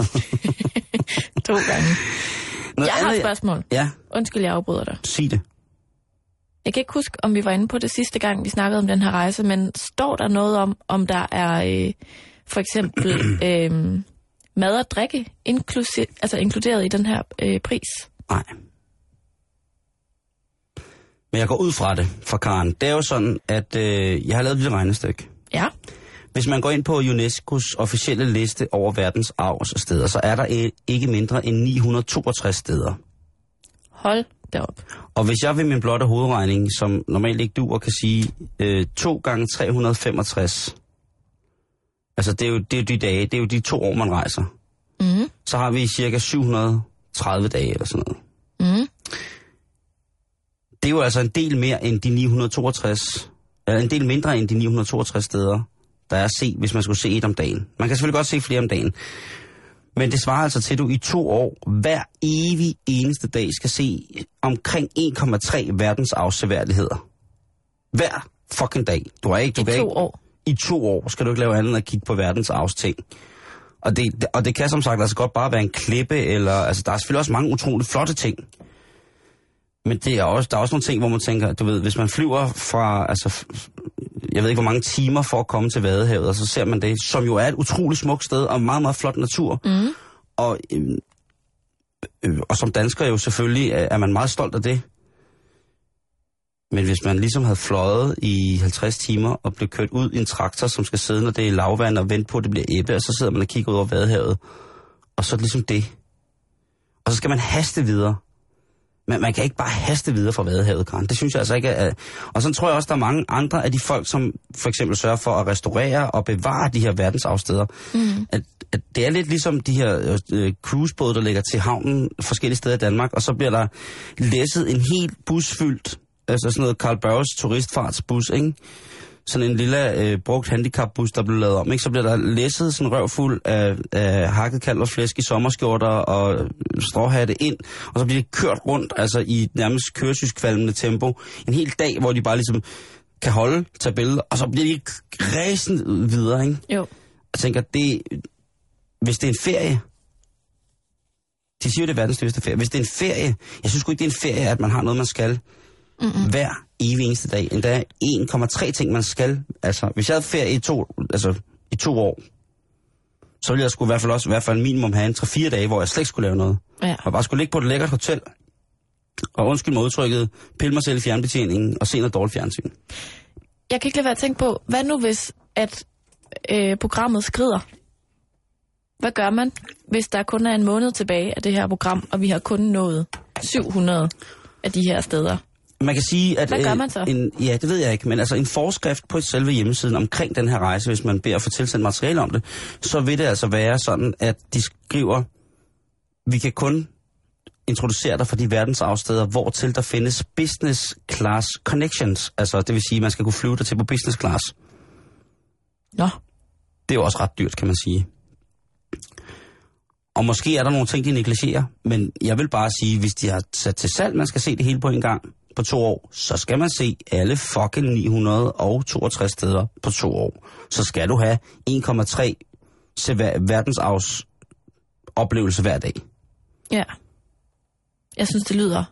2 gange. Jeg har et spørgsmål. Ja. Undskyld, jeg afbryder dig. Sig det. Jeg kan ikke huske, om vi var inde på det sidste gang, vi snakkede om den her rejse, men står der noget om der er for eksempel mad og drikke inkluderet i den her pris? Nej. Men jeg går ud fra det, fra Karen. Det er jo sådan, at jeg har lavet et lille regnestykke. Ja. Hvis man går ind på UNESCO's officielle liste over verdens arvssteder, så er der ikke mindre end 962 steder. Hold da op. Og hvis jeg ved min blotte hovedregning, som normalt ikke duer, kan sige 2 gange 365, altså det er jo de dage, det er jo de 2 år, man rejser. Mm. Så har vi cirka 730 dage eller sådan noget. Mm. Det er jo altså en del mere end de 962, eller en del mindre end de 962 steder, der er at se, hvis man skulle se et om dagen. Man kan selvfølgelig godt se flere om dagen. Men det svarer altså til, at du i 2 år hver evig eneste dag skal se omkring 1,3 verdensarvsseværdigheder. Hver fucking dag. I 2 år? I 2 år skal du ikke lave andet end at kigge på verdensarvsting. Og det kan som sagt altså godt bare være en klippe, eller altså der er selvfølgelig også mange utroligt flotte ting. Men der er også nogle ting, hvor man tænker, du ved, hvis man flyver fra, altså, jeg ved ikke hvor mange timer for at komme til Vadehavet, og så ser man det, som jo er et utroligt smukt sted, og meget, meget flot natur. Mm. Og som dansker jo selvfølgelig er man meget stolt af det. Men hvis man ligesom havde fløjet i 50 timer og blev kørt ud i en traktor, som skal sidde, når det er lavvand, og vente på, at det bliver ebbe, og så sidder man og kigger ud over Vadehavet, og så er det ligesom det. Og så skal man haste videre. Men man kan ikke bare haste videre fra Vadehavet, Karen. Det synes jeg altså ikke er... Og så tror jeg også, der er mange andre af de folk, som for eksempel sørger for at restaurere og bevare de her verdensarvssteder. Mm. At det er lidt ligesom de her cruisebåde, der ligger til havnen forskellige steder i Danmark, og så bliver der læsset en helt bus fyldt, altså sådan noget Carl Børges turistfartsbus, ikke? Sådan en lille brugt handicapbus, der blev lavet om, ikke? Så bliver der læsset sådan røvfuld af hakket kalv og flæsk i sommerskjorter og stråhatte ind, og så bliver det kørt rundt, altså i nærmest køresyskvalmende tempo, en hel dag, hvor de bare ligesom kan holde, tage billeder, og så bliver de ræsende videre, ikke? Jo. Jeg tænker, hvis det er en ferie, De siger jo, det er verdens dyreste ferie. Hvis det er en ferie, jeg synes sgu ikke, det er en ferie, at man har noget, man skal hver evig eneste dag. Endda 1,3 ting, man skal. Altså, hvis jeg havde ferie i 2 år, så ville jeg sgu i hvert fald minimum have en 3-4 dage, hvor jeg slet ikke skulle lave noget. Ja. Og bare skulle ligge på et lækkert hotel, og undskyld mig udtrykket, pille mig selv i fjernbetjeningen, og se noget dårligt fjernsyn. Jeg kan ikke lade være at tænke på, hvad nu hvis, at programmet skrider? Hvad gør man, hvis der kun er en måned tilbage af det her program, og vi har kun nået 700 af de her steder? Man kan sige, at... Hvad gør man så? Ja, det ved jeg ikke, men altså en forskrift på selve hjemmesiden omkring den her rejse, hvis man beder at få tilsendt materiale om det, så vil det altså være sådan, at de skriver, vi kan kun introducere dig for de verdensarvssteder, hvortil der findes business class connections. Altså, det vil sige, at man skal kunne flyve der til på business class. Nå. Det er jo også ret dyrt, kan man sige. Og måske er der nogle ting, de negligerer, men jeg vil bare sige, hvis de har sat til salg, man skal se det hele på en gang på 2 år, så skal man se alle fucking 962 steder på 2 år. Så skal du have 1,3 verdensarvs oplevelse hver dag. Ja. Jeg synes, det lyder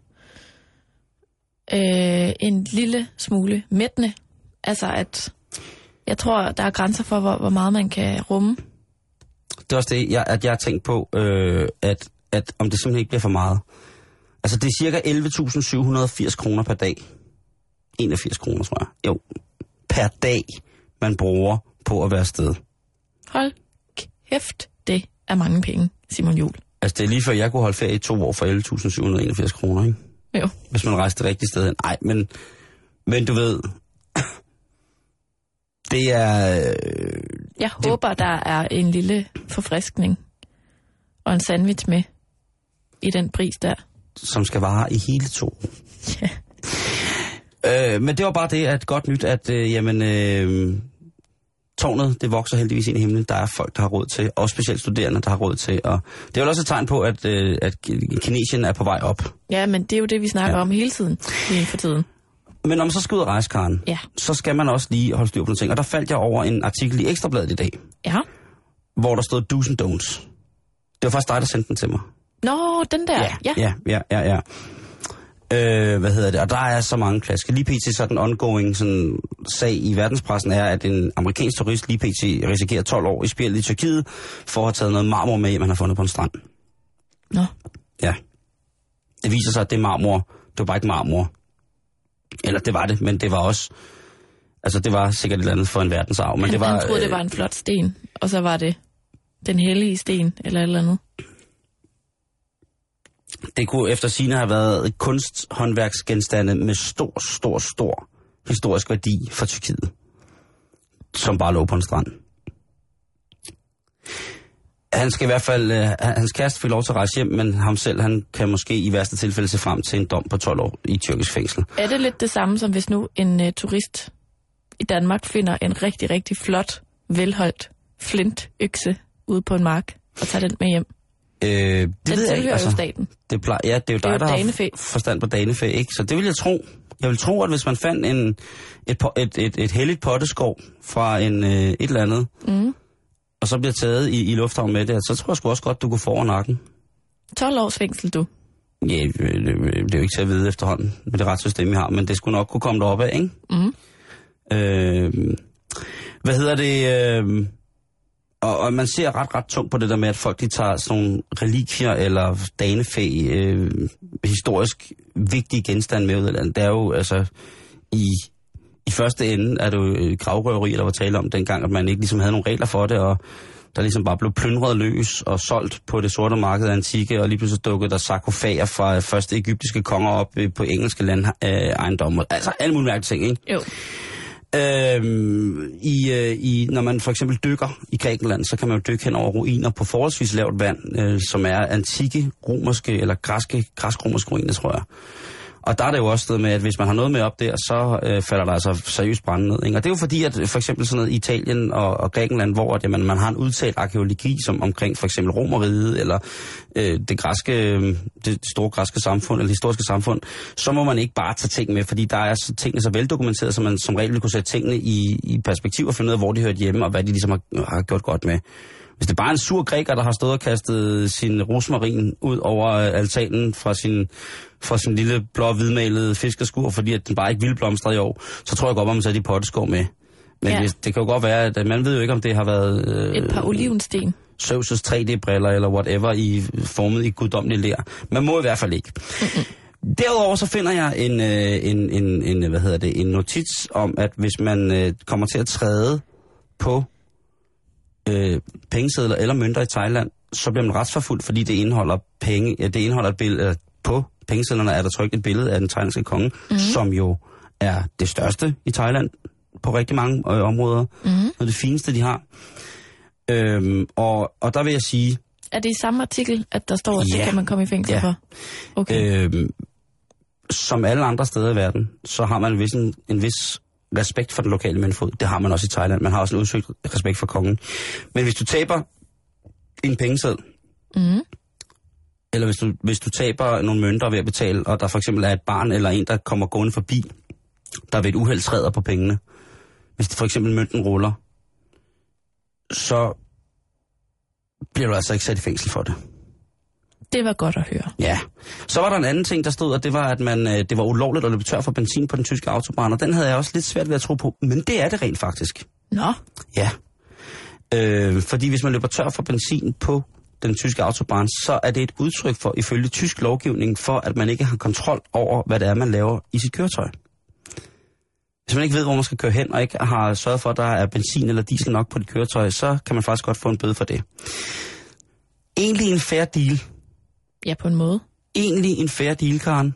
en lille smule mættende. Altså, at jeg tror, der er grænser for, hvor meget man kan rumme. Det er også det, jeg har tænkt på, at om det simpelthen ikke bliver for meget. Altså, det er cirka 11.780 kroner per dag. 81 kroner, tror jeg. Jo, per dag, man bruger på at være afsted. Hold kæft, det er mange penge, Simon Juhl. Altså, det er lige før, jeg kunne holde ferie i 2 år for 11.781 kroner, ikke? Jo. Hvis man rejste det rigtige sted hen. Nej, men du ved, det er... Jeg håber, der er en lille forfriskning og en sandwich med i den pris der. Som skal vare i hele 2 år. Ja. Men det var bare det, at godt nyt, at tårnet, det vokser heldigvis ind i himlen. Der er folk, der har råd til, og specielt studerende, der har råd til. Og det er jo også et tegn på, at Kinesien er på vej op. Ja, men det er jo det, vi snakker om hele tiden, lige for tiden. Men når man så skal ud af rejsekaren, så skal man også lige holde styr på nogle ting. Og der faldt jeg over en artikel i Ekstrabladet i dag, hvor der stod do's and don'ts. Det var faktisk dig, der sendte den til mig. Nå, den der. Ja. Hvad hedder det? Og der er så mange klasker. Lige pt. Så den ongoing sådan, sag i verdenspressen er, at en amerikansk turist lige pt. Risikerer 12 år i spjældet i Tyrkiet for at have taget noget marmor med, man har fundet på en strand. Nå. Ja. Det viser sig, at det marmor, det var bare ikke marmor. Eller det var det, men det var også... Altså, det var sikkert et eller andet for en verdensarv. Men det var, han troede, det var en flot sten, og så var det den hellige sten, eller et eller andet. Det kunne efter sigende have været kunsthåndværksgenstande med stor historisk værdi for Tyrkiet, som bare lå på en strand. Han skal i hvert fald, hans kæreste fik lov til at rejse hjem, men ham selv, han kan måske i værste tilfælde se frem til en dom på 12 år i tyrkisk fængsel. Er det lidt det samme, som hvis nu en turist i Danmark finder en rigtig, rigtig flot, velholdt flintøkse ude på en mark og tager den med hjem? Det ved jeg ikke. Altså, jo staten. Det er jo dig, der har forstand på danefæ, ikke? Så det vil jeg tro. Jeg vil tro, at hvis man fandt et helligt potteskov fra et eller andet, og så bliver taget i lufthavn med det, så tror jeg sgu også godt, du kunne få over nakken. 12 års fængsel, du? Ja, det er jo ikke til at vide efterhånden med det retssystem, vi har, men det skulle nok kunne komme derop af, ikke? Hvad hedder det? Og man ser ret tungt på det der med, at folk de tager sådan nogle relikvier eller danefæ, historisk vigtige genstande med ud. Det er jo altså i første ende er det jo gravrøveri, der var tale om dengang, at man ikke ligesom havde nogle regler for det, og der ligesom bare blev plyndret løs og solgt på det sorte marked af antikke, og lige pludselig dukkede der sarkofager fra første egyptiske konger op på engelske landejendomme. Altså alle mulige mærkelige ting, ikke? Jo. Når man for eksempel dykker i Grækenland, så kan man jo dykke hen over ruiner på forholdsvis lavt vand, som er antikke romerske eller græsk-romerske ruiner, tror jeg. Og der er det jo også sted med, at hvis man har noget med op der, så falder der altså seriøst brænde ned. Ikke? Og det er jo fordi, at for eksempel sådan noget i Italien og Grækenland, hvor at, jamen, man har en udtalt arkeologi som omkring for eksempel Romerriget eller det store græske samfund eller historiske samfund, så må man ikke bare tage ting med, fordi der er tingene så veldokumenteret, så man som regel kunne sætte tingene i perspektiv og finde ud af, hvor de hørte hjemme og hvad de ligesom har gjort godt med. Hvis det bare er en sur græker, der har stået og kastet sin rosmarin ud over altanen fra sin lille blå hvidmalede fiskerskur, fordi at den bare ikke ville blomstre i år, så tror jeg godt, at man sætter de potteskår med. Men det kan jo godt være, at man ved jo ikke, om det har været... et par olivensten. Zeus' 3D-briller eller whatever formet i guddommelig ler. Man må i hvert fald ikke. Derudover så finder jeg en notits om, at hvis man kommer til at træde på pengesedler eller mønter i Thailand, så bliver man retsforfulgt, fordi det indeholder penge. Det indeholder et billede på pengesedlerne er der trykt et billede af den thailandske konge, som jo er det største i Thailand på rigtig mange områder. Noget af det fineste, de har. Og der vil jeg sige... Er det i samme artikel, at der står, at det kan man komme i fængsel for? Okay. Som alle andre steder i verden, så har man en vis respekt for den lokale møntfod. Det har man også i Thailand. Man har også en udsøgt respekt for kongen. Men hvis du taber en pengeseddel, eller hvis du taber nogle mønter ved at betale, og der for eksempel er et barn eller en, der kommer gående forbi, der ved et uheld træder på pengene, hvis for eksempel mønten ruller, så bliver du altså ikke sat i fængsel for det. Det var godt at høre. Ja. Så var der en anden ting, der stod, at det var, at det var ulovligt at løbe tør for benzin på den tyske autobahn, og den havde jeg også lidt svært ved at tro på, men det er det rent faktisk. Nå? Ja. Fordi hvis man løber tør for benzin på den tyske autobahn, så er det et udtryk for, ifølge tysk lovgivning, for at man ikke har kontrol over, hvad det er, man laver i sit køretøj. Hvis man ikke ved, hvor man skal køre hen, og ikke har sørget for, at der er benzin eller diesel nok på dit køretøj, så kan man faktisk godt få en bøde for det. Egentlig en fair deal. Ja, på en måde. Egentlig en fair deal, Karen.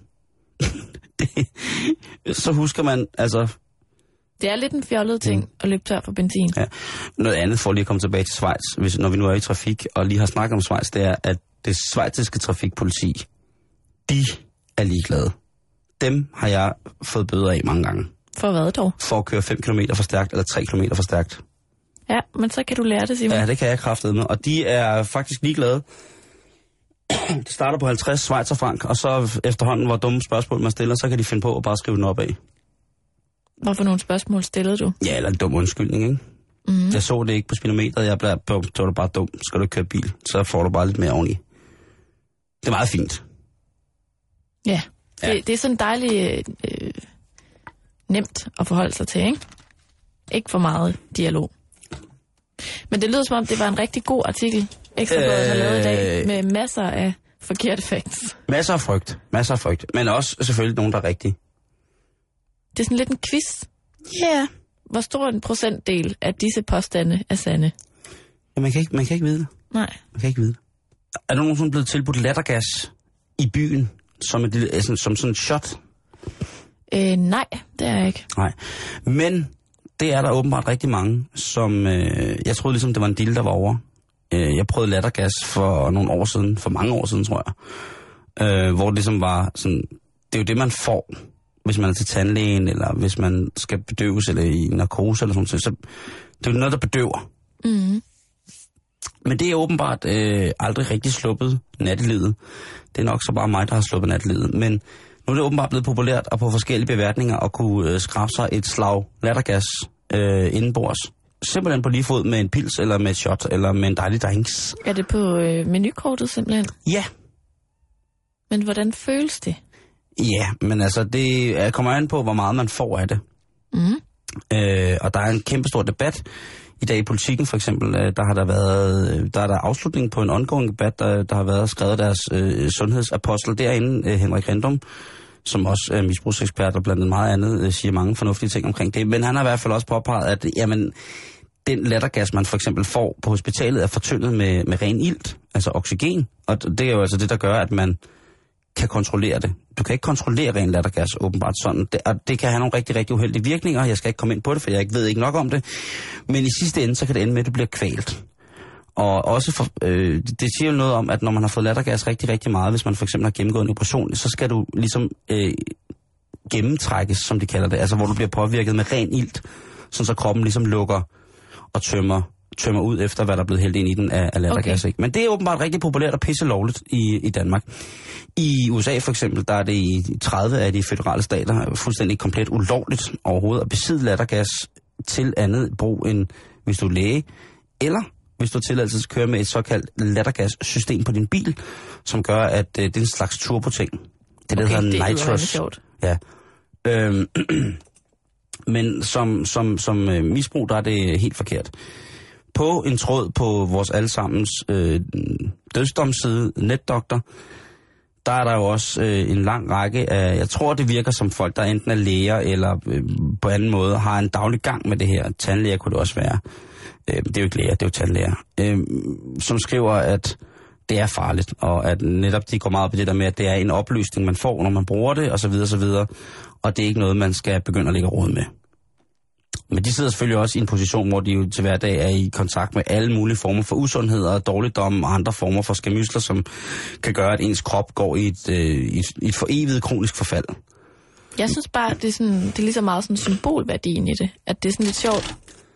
Så husker man, altså... Det er lidt en fjollet ting at løbe tør for benzin. Ja. Noget andet for lige at komme tilbage til Schweiz, når vi nu er i trafik, og lige har snakket om Schweiz, det er, at det schweiziske trafikpoliti, de er ligeglade. Dem har jeg fået bøder af mange gange. For hvad dog? For at køre 5 km for stærkt, eller 3 km for stærkt. Ja, men så kan du lære det, Simon. Ja, det kan jeg kraftedeme. Og de er faktisk ligeglade. De starter på 50 schweizerfranc, og så efterhånden, hvor dumme spørgsmål man stiller, så kan de finde på at bare skrive den op af. Hvorfor nogle spørgsmål stillede du? Ja, eller en dum undskyldning, ikke? Jeg så det ikke på speedometeret, så var det bare dum. Skal du ikke køre bil, så får du bare lidt mere oveni. Det er meget fint. Ja, det er sådan dejligt nemt at forholde sig til, ikke? Ikke for meget dialog. Men det lyder som om, det var en rigtig god artikel, Ekstrabladet har lavet i dag, med masser af forkerte facts. Masser af frygt. Men også selvfølgelig nogen, der er rigtige. Det er sådan lidt en quiz. Ja. Yeah. Hvor stor en procentdel af disse påstande er sande? Ja, man kan ikke vide det. Nej. Man kan ikke vide det. Er der nogensinde blevet tilbudt lattergas i byen som sådan en shot? Nej, det er jeg ikke. Nej, men det er der åbenbart rigtig mange, som... jeg troede ligesom, det var en deal, der var over. Jeg prøvede lattergas for mange år siden, tror jeg. Hvor det ligesom var sådan... Det er jo det, man får, hvis man er til tandlægen, eller hvis man skal bedøves, eller i narkose, eller sådan noget. Så det er jo noget, der bedøver. Mm. Men det er åbenbart aldrig rigtig sluppet nattelivet. Det er nok så bare mig, der har sluppet nattelivet. Men nu er det åbenbart blevet populært og på forskellige beværtninger at kunne skrabe sig et slag lattergas indenbords. Simpelthen på lige fod med en pils, eller med et shot, eller med en dejlig drinks. Er det på menukortet simpelthen? Ja. Men hvordan føles det? Ja, men altså, det kommer an på, hvor meget man får af det. Mm. Og der er en kæmpestor debat. I dag i Politikken for eksempel, der er der afslutning på en ongoing debat, der har været skrevet deres sundhedsapostel derinde, Henrik Rindum, som også er misbrugsekspert og blandt andet meget andet, siger mange fornuftige ting omkring det. Men han har i hvert fald også påpeget, at jamen, den lattergas, man for eksempel får på hospitalet, er fortyndet med ren ilt, altså oxygen. Og det er jo altså det, der gør, at man kan kontrollere det. Du kan ikke kontrollere ren lattergas, åbenbart sådan. Det kan have nogle rigtig, rigtig uheldige virkninger. Jeg skal ikke komme ind på det, for jeg ved ikke nok om det. Men i sidste ende, så kan det ende med, at du bliver kvalt. Og også det siger jo noget om, at når man har fået lattergas rigtig, rigtig meget, hvis man for eksempel har gennemgået en operation, så skal du ligesom gennemtrækkes, som de kalder det. Altså hvor du bliver påvirket med ren ilt, sådan så kroppen ligesom lukker og tømmer ud efter, hvad der er blevet hældt ind i den af lattergas. Okay. Men det er åbenbart rigtig populært og pisse lovligt i Danmark. I USA for eksempel, der er det i 30 af de føderale stater fuldstændig komplet ulovligt overhovedet at besidde lattergas til andet brug end hvis du er læge, eller hvis du har tilladelse til at køre med et såkaldt lattergas-system på din bil, som gør, at det er en slags turboting. Det okay, hedder nitrous. nitrous. Sjovt. Ja. Men som misbrug, der er det helt forkert. På en tråd på vores allesammens dødsdomsside, NetDoktor, der er der jo også en lang række af, jeg tror det virker som folk, der enten er læger eller på anden måde har en daglig gang med det her. Tandlæger kunne det også være. Det er jo ikke læger, det er jo tandlæger. Som skriver, at det er farligt, og at netop de går meget på det der med, at det er en opløsning, man får, når man bruger det, osv. Og det er ikke noget, man skal begynde at lægge råd med. Men de sidder selvfølgelig også i en position, hvor de jo til hverdag er i kontakt med alle mulige former for usundhed og dårligdom og andre former for skamysler, som kan gøre, at ens krop går i et for evigt kronisk forfald. Jeg synes bare, det er lige så meget sådan symbolværdien i det. At det er sådan lidt sjovt,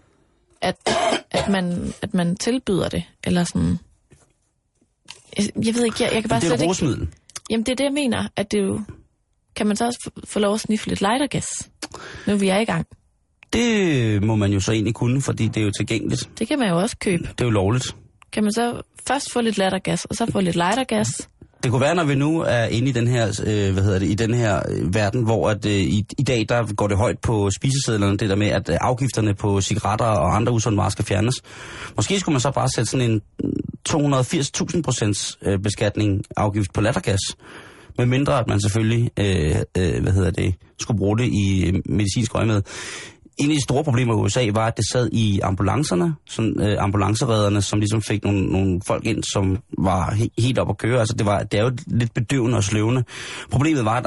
at man tilbyder det. Eller sådan... Jeg ved ikke, jeg kan bare det er et rusmiddel. Jamen det er det, jeg mener. At det jo... Kan man så også få lov at sniffe lidt lightergas, nu vi er i gang? Det må man jo så egentlig kunne, fordi det er jo tilgængeligt. Det kan man jo også købe. Det er jo lovligt. Kan man så først få lidt lattergas, og så få lidt lightergas? Det kunne være, når vi nu er inde i den her, i den her verden, hvor at, i dag der går det højt på spisesedlerne, det der med, at afgifterne på cigaretter og andre usunde varer skal fjernes. Måske skulle man så bare sætte sådan en 280.000% beskatning afgift på lattergas. Med mindre, at man selvfølgelig, skulle bruge det i medicinsk øjemed. En af de store problemer i USA var, at det sad i ambulancerne, ambulanceredderne, som ligesom fik nogle folk ind, som var helt op at køre. Altså det er jo lidt bedøvende og sløvende. Problemet var,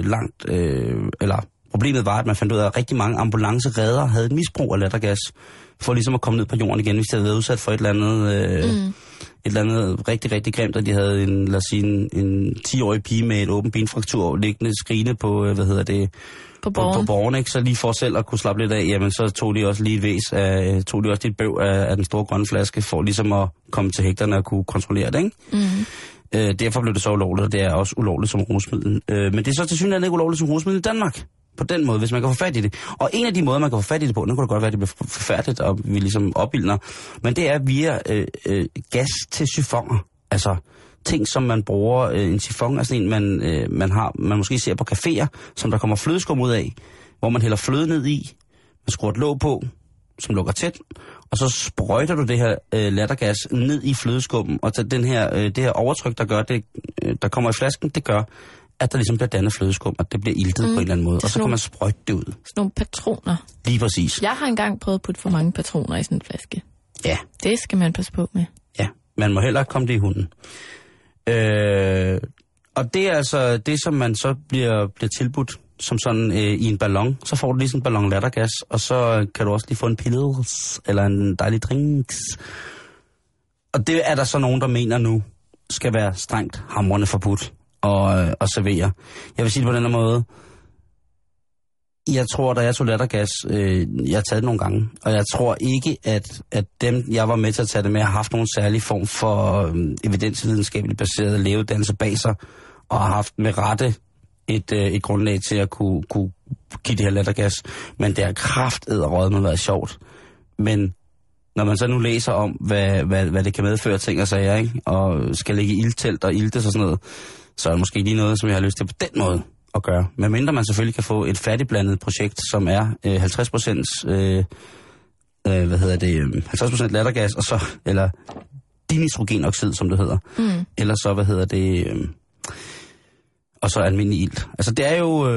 at man fandt ud af, at rigtig mange ambulanceredder havde et misbrug af lattergas, for ligesom at komme ned på jorden igen, hvis de havde været udsat for et eller andet rigtig, rigtig grimt, at de havde en 10-årig pige med et åben benfraktur liggende skrigende på, på borgen, ikke? Så lige for selv at kunne slappe lidt af, jamen så tog de også lige et bøv af den store grønne flaske, for ligesom at komme til hægterne og kunne kontrollere det, ikke? Mm-hmm. Derfor blev det så ulovligt, og det er også ulovligt som rusmiddel. Men det er så til synligheden ikke ulovligt som rusmiddel i Danmark. På den måde, hvis man kan få fat i det. Og en af de måder, man kan få fat i det på, nu kan det godt være, at det bliver forfærdeligt, og vi ligesom opildner, men det er via gas til sifoner. Altså ting, som man bruger. En sifon er sådan en, man måske ser på caféer, som der kommer flødeskum ud af, hvor man hælder fløde ned i, man skruer et låg på, som lukker tæt, og så sprøjter du det her lattergas ned i flødeskummen, og det her overtryk, der gør det, der kommer i flasken, det gør, at der ligesom bliver dannet flødeskum, og det bliver iltet på en eller anden måde, og så kan man sprøjte det ud. Sådan nogle patroner. Lige præcis. Jeg har engang prøvet at putte for mange patroner i sådan en flaske. Ja. Det skal man passe på med. Ja, man må heller ikke komme det i hunden. Og det er altså det, som man så bliver tilbudt som sådan i en ballon. Så får du lige sådan en ballon lattergas, og så kan du også lige få en pills eller en dejlig drinks. Og det er der så nogen, der mener nu skal være strengt hamrende forbudt at servere. Jeg vil sige det på den her måde. Jeg tror, da jeg tog lattergas, jeg har taget det nogle gange, og jeg tror ikke, at dem, jeg var med til at tage det med, har haft nogen særlig form for evidensvidenskabeligt baseret lægeuddannelse bag sig, og har haft med rette et grundlag til at kunne give det her lattergas. Men det har kraftedderrøget med været sjovt. Men når man så nu læser om, hvad det kan medføre ting og sager, ikke? Og skal ligge i ildtelt og iltes og sådan noget, så er det måske lige noget, som jeg har lyst til på den måde at gøre. Men mindre man selvfølgelig kan få et færdigblandet projekt, som er 50% lattergas, og så, eller dinitrogenoxid, som det hedder. Mm. Eller så, og så almindelig ilt. Altså det er jo,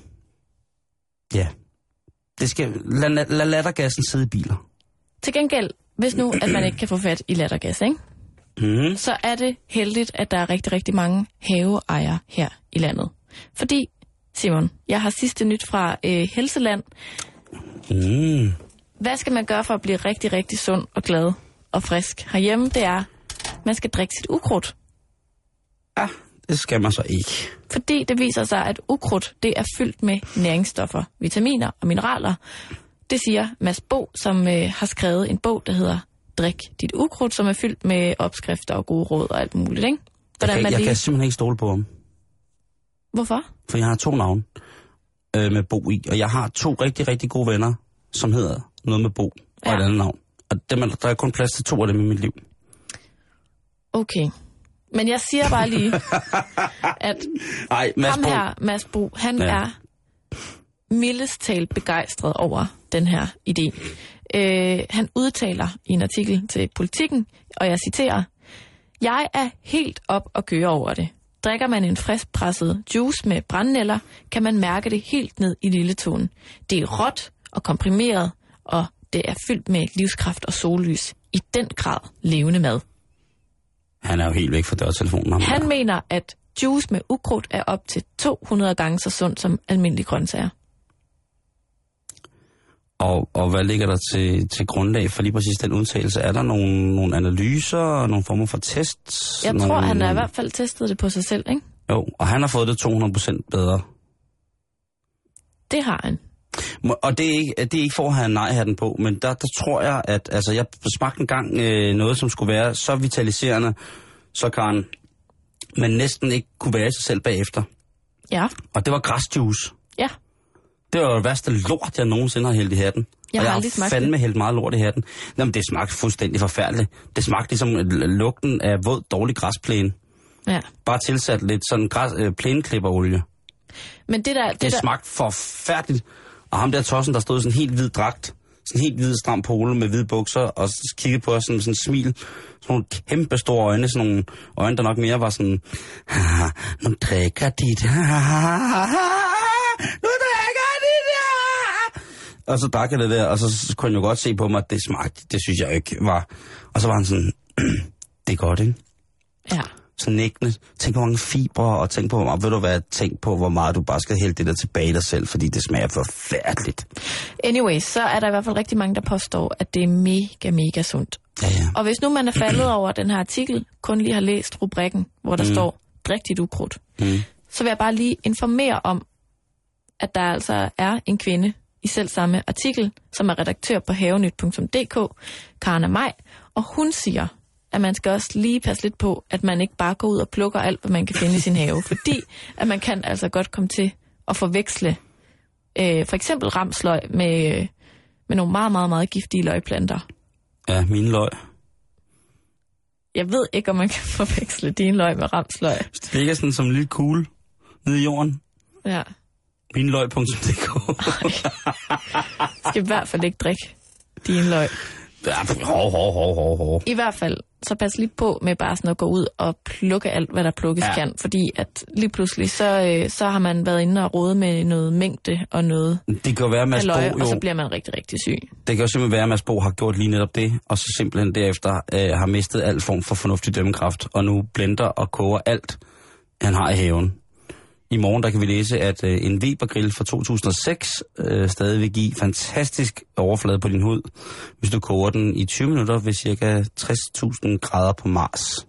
det skal, lad lattergassen sidde i biler. Til gengæld, hvis nu, at man ikke kan få fat i lattergas, ikke? Mm. Så er det heldigt, at der er rigtig, rigtig mange haveejere her i landet. Fordi, Simon, jeg har sidste nyt fra Helseland. Mm. Hvad skal man gøre for at blive rigtig, rigtig sund og glad og frisk herhjemme? Det er, man skal drikke sit ukrudt. Ah, det skal man så ikke. Fordi det viser sig, at ukrudt, det er fyldt med næringsstoffer, vitaminer og mineraler. Det siger Mads Bo, som har skrevet en bog, der hedder Drik dit ukrudt, som er fyldt med opskrifter og gode råd og alt muligt, ikke? Jeg kan simpelthen ikke stole på ham. Hvorfor? For jeg har 2 navne med Bo i, og jeg har 2 rigtig, rigtig gode venner, som hedder noget med Bo og et andet navn. Og der er kun plads til 2 af dem i mit liv. Okay. Men jeg siger bare lige, at ham her, Mads Bo, han er mildest talt begejstret over den her idé. Han udtaler i en artikel til Politikken, og jeg citerer, "Jeg er helt op at køre over det. Drikker man en friskpresset juice med brændenælder, kan man mærke det helt ned i lilletåen. Det er råt og komprimeret, og det er fyldt med livskraft og sollys. I den grad levende mad." Han er jo helt væk fra dørtelefonen. Han mener, at juice med ukrudt er op til 200 gange så sundt som almindelige grøntsager. Og hvad ligger der til grundlag for lige præcis den udtalelse? Er der nogle analyser, nogle former for tests? Jeg tror, han har i hvert fald testet det på sig selv, ikke? Jo, og han har fået det 200% bedre. Det har han. Og det er ikke for at have nej-hatten på, men der tror jeg, at altså, jeg smagte en gang noget, som skulle være så vitaliserende, så kan man næsten ikke kunne være i sig selv bagefter. Ja. Og det var græsjuice. Ja. Det var det værste lort, jeg nogensinde har hældt i hatten. Jeg har fandme hældt meget lort i hatten. Jamen, det smagte fuldstændig forfærdeligt. Det smagte ligesom lugten af våd, dårlig græsplæne. Ja. Bare tilsat lidt sådan plæneklipperolie. Men det smagte forfærdeligt. Og ham der tossen, der stod i sådan en helt hvid dragt, sådan en helt hvid stram pole med hvide bukser, og kiggede på os sådan en smil, sådan nogle kæmpe store øjne, sådan nogle øjne, der nok mere var sådan, nu drikker de det, nu drikker de det. Og så drak jeg det der, og så kunne jeg jo godt se på mig, at det smagte, det synes jeg ikke var. Og så var han sådan, det er godt, ikke? Ja. Så næggende. Tænk på mange fibre, og tænk på, ved du hvad, tænk på, hvor meget du bare skal hælde det der tilbage i dig selv, fordi det smager forfærdeligt. Anyway, så er der i hvert fald rigtig mange, der påstår, at det er mega, mega sundt. Ja. Og hvis nu man er faldet over den her artikel, kun lige har læst rubrikken, hvor der står, drik dit ukrudt, så vil jeg bare lige informere om, at der altså er en kvinde i selv samme artikel, som er redaktør på havenyt.dk, Karna Maj, og hun siger, at man skal også lige passe lidt på, at man ikke bare går ud og plukker alt, hvad man kan finde i sin have. Fordi at man kan altså godt komme til at forveksle for eksempel ramsløg med nogle meget, meget, meget giftige løgplanter. Ja, mine løg. Jeg ved ikke, om man kan forveksle dine løg med ramsløg. Det ligger sådan som en lille kugle nede i jorden. Ja. Mineløg.dk. Skal i hvert fald ikke drikke dine løg. Hov. I hvert fald, så pas lige på med bare sådan at gå ud og plukke alt, hvad der plukkes kan. Fordi at lige pludselig, så har man været inde og rode med noget mængde og noget det kan være, Mads halløj, Bo, jo, og så bliver man rigtig, rigtig syg. Det kan jo simpelthen være, at Mads Bo har gjort lige netop det, og så simpelthen derefter har mistet al form for fornuftig dømmekraft, og nu blender og koger alt, han har i haven. I morgen der kan vi læse, at en Weber-grill fra 2006 stadig vil give fantastisk overflade på din hud, hvis du koger den i 20 minutter ved ca. 60.000 grader på Mars.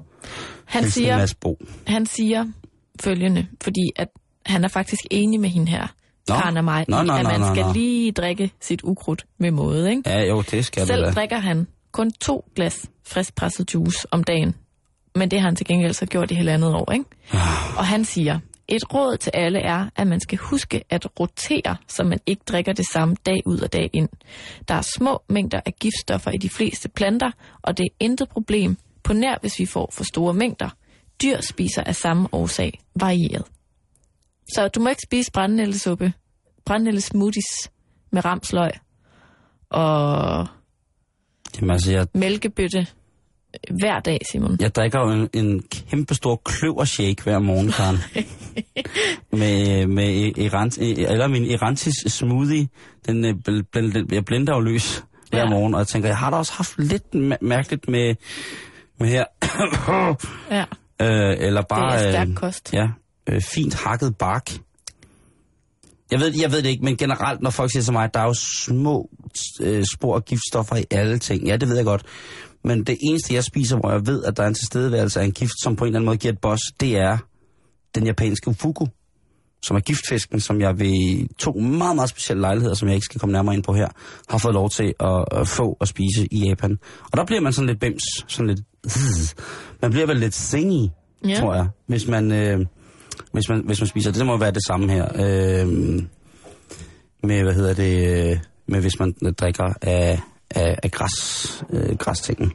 Han siger følgende, fordi at han er faktisk enig med hende her, Karen og mig, at man skal lige drikke sit ukrudt med måde. Ikke? Ja, jo, det skal Selv det da. drikker han kun 2 glas friskpresset juice om dagen, men det har han til gengæld så gjort i 1,5 år. Ikke? Og han siger, et råd til alle er, at man skal huske at rotere, så man ikke drikker det samme dag ud og dag ind. Der er små mængder af giftstoffer i de fleste planter, og det er intet problem, på nær hvis vi får for store mængder. Dyr spiser af samme årsag varieret. Så du må ikke spise brændenældesuppe, brændenældesmoothies med ramsløg og mælkebøtte hver dag, Simon. Jeg drikker jo en kæmpe stor kløvershake hver morgen, Karen. med min Erantis smoothie. Jeg blender jo løs hver morgen, og jeg tænker, jeg har da også haft lidt mærkeligt med her. Ja. Eller bare det er stærk kost. fint hakket bark. Jeg ved det ikke, men generelt, når folk siger til mig, at der er jo små spor af giftstoffer i alle ting. Ja, det ved jeg godt. Men det eneste, jeg spiser, hvor jeg ved, at der er en tilstedeværelse af en gift, som på en eller anden måde giver et boss, det er den japanske ufugu, som er giftfisken, som jeg ved 2 meget, meget specielle lejligheder, som jeg ikke skal komme nærmere ind på her, har fået lov til at få og spise i Japan. Og der bliver man sådan lidt bims, sådan lidt... Man bliver vel lidt singy, tror jeg, hvis man spiser det. Det må være det samme her. Med, med hvis man drikker af græstingen.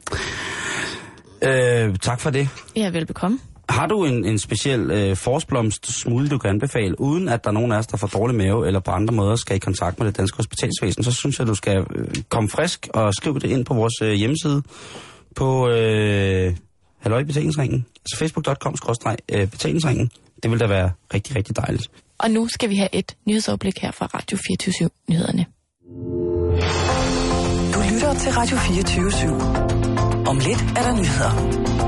Tak for det. Ja, velbekomme. Har du en speciel forårsblomst smoothie, du kan anbefale, uden at der er nogen af os, der får dårlig mave, eller på andre måder skal i kontakt med det danske hospitalsvæsen, så synes jeg, du skal komme frisk og skrive det ind på vores hjemmeside på Halløj Betalingsringen. Altså facebook.com/betalingsringen. Det vil da være rigtig, rigtig dejligt. Og nu skal vi have et nyhedsoverblik her fra Radio 24/7-nyhederne. Du lytter til Radio 24/7. Om lidt er der nyheder.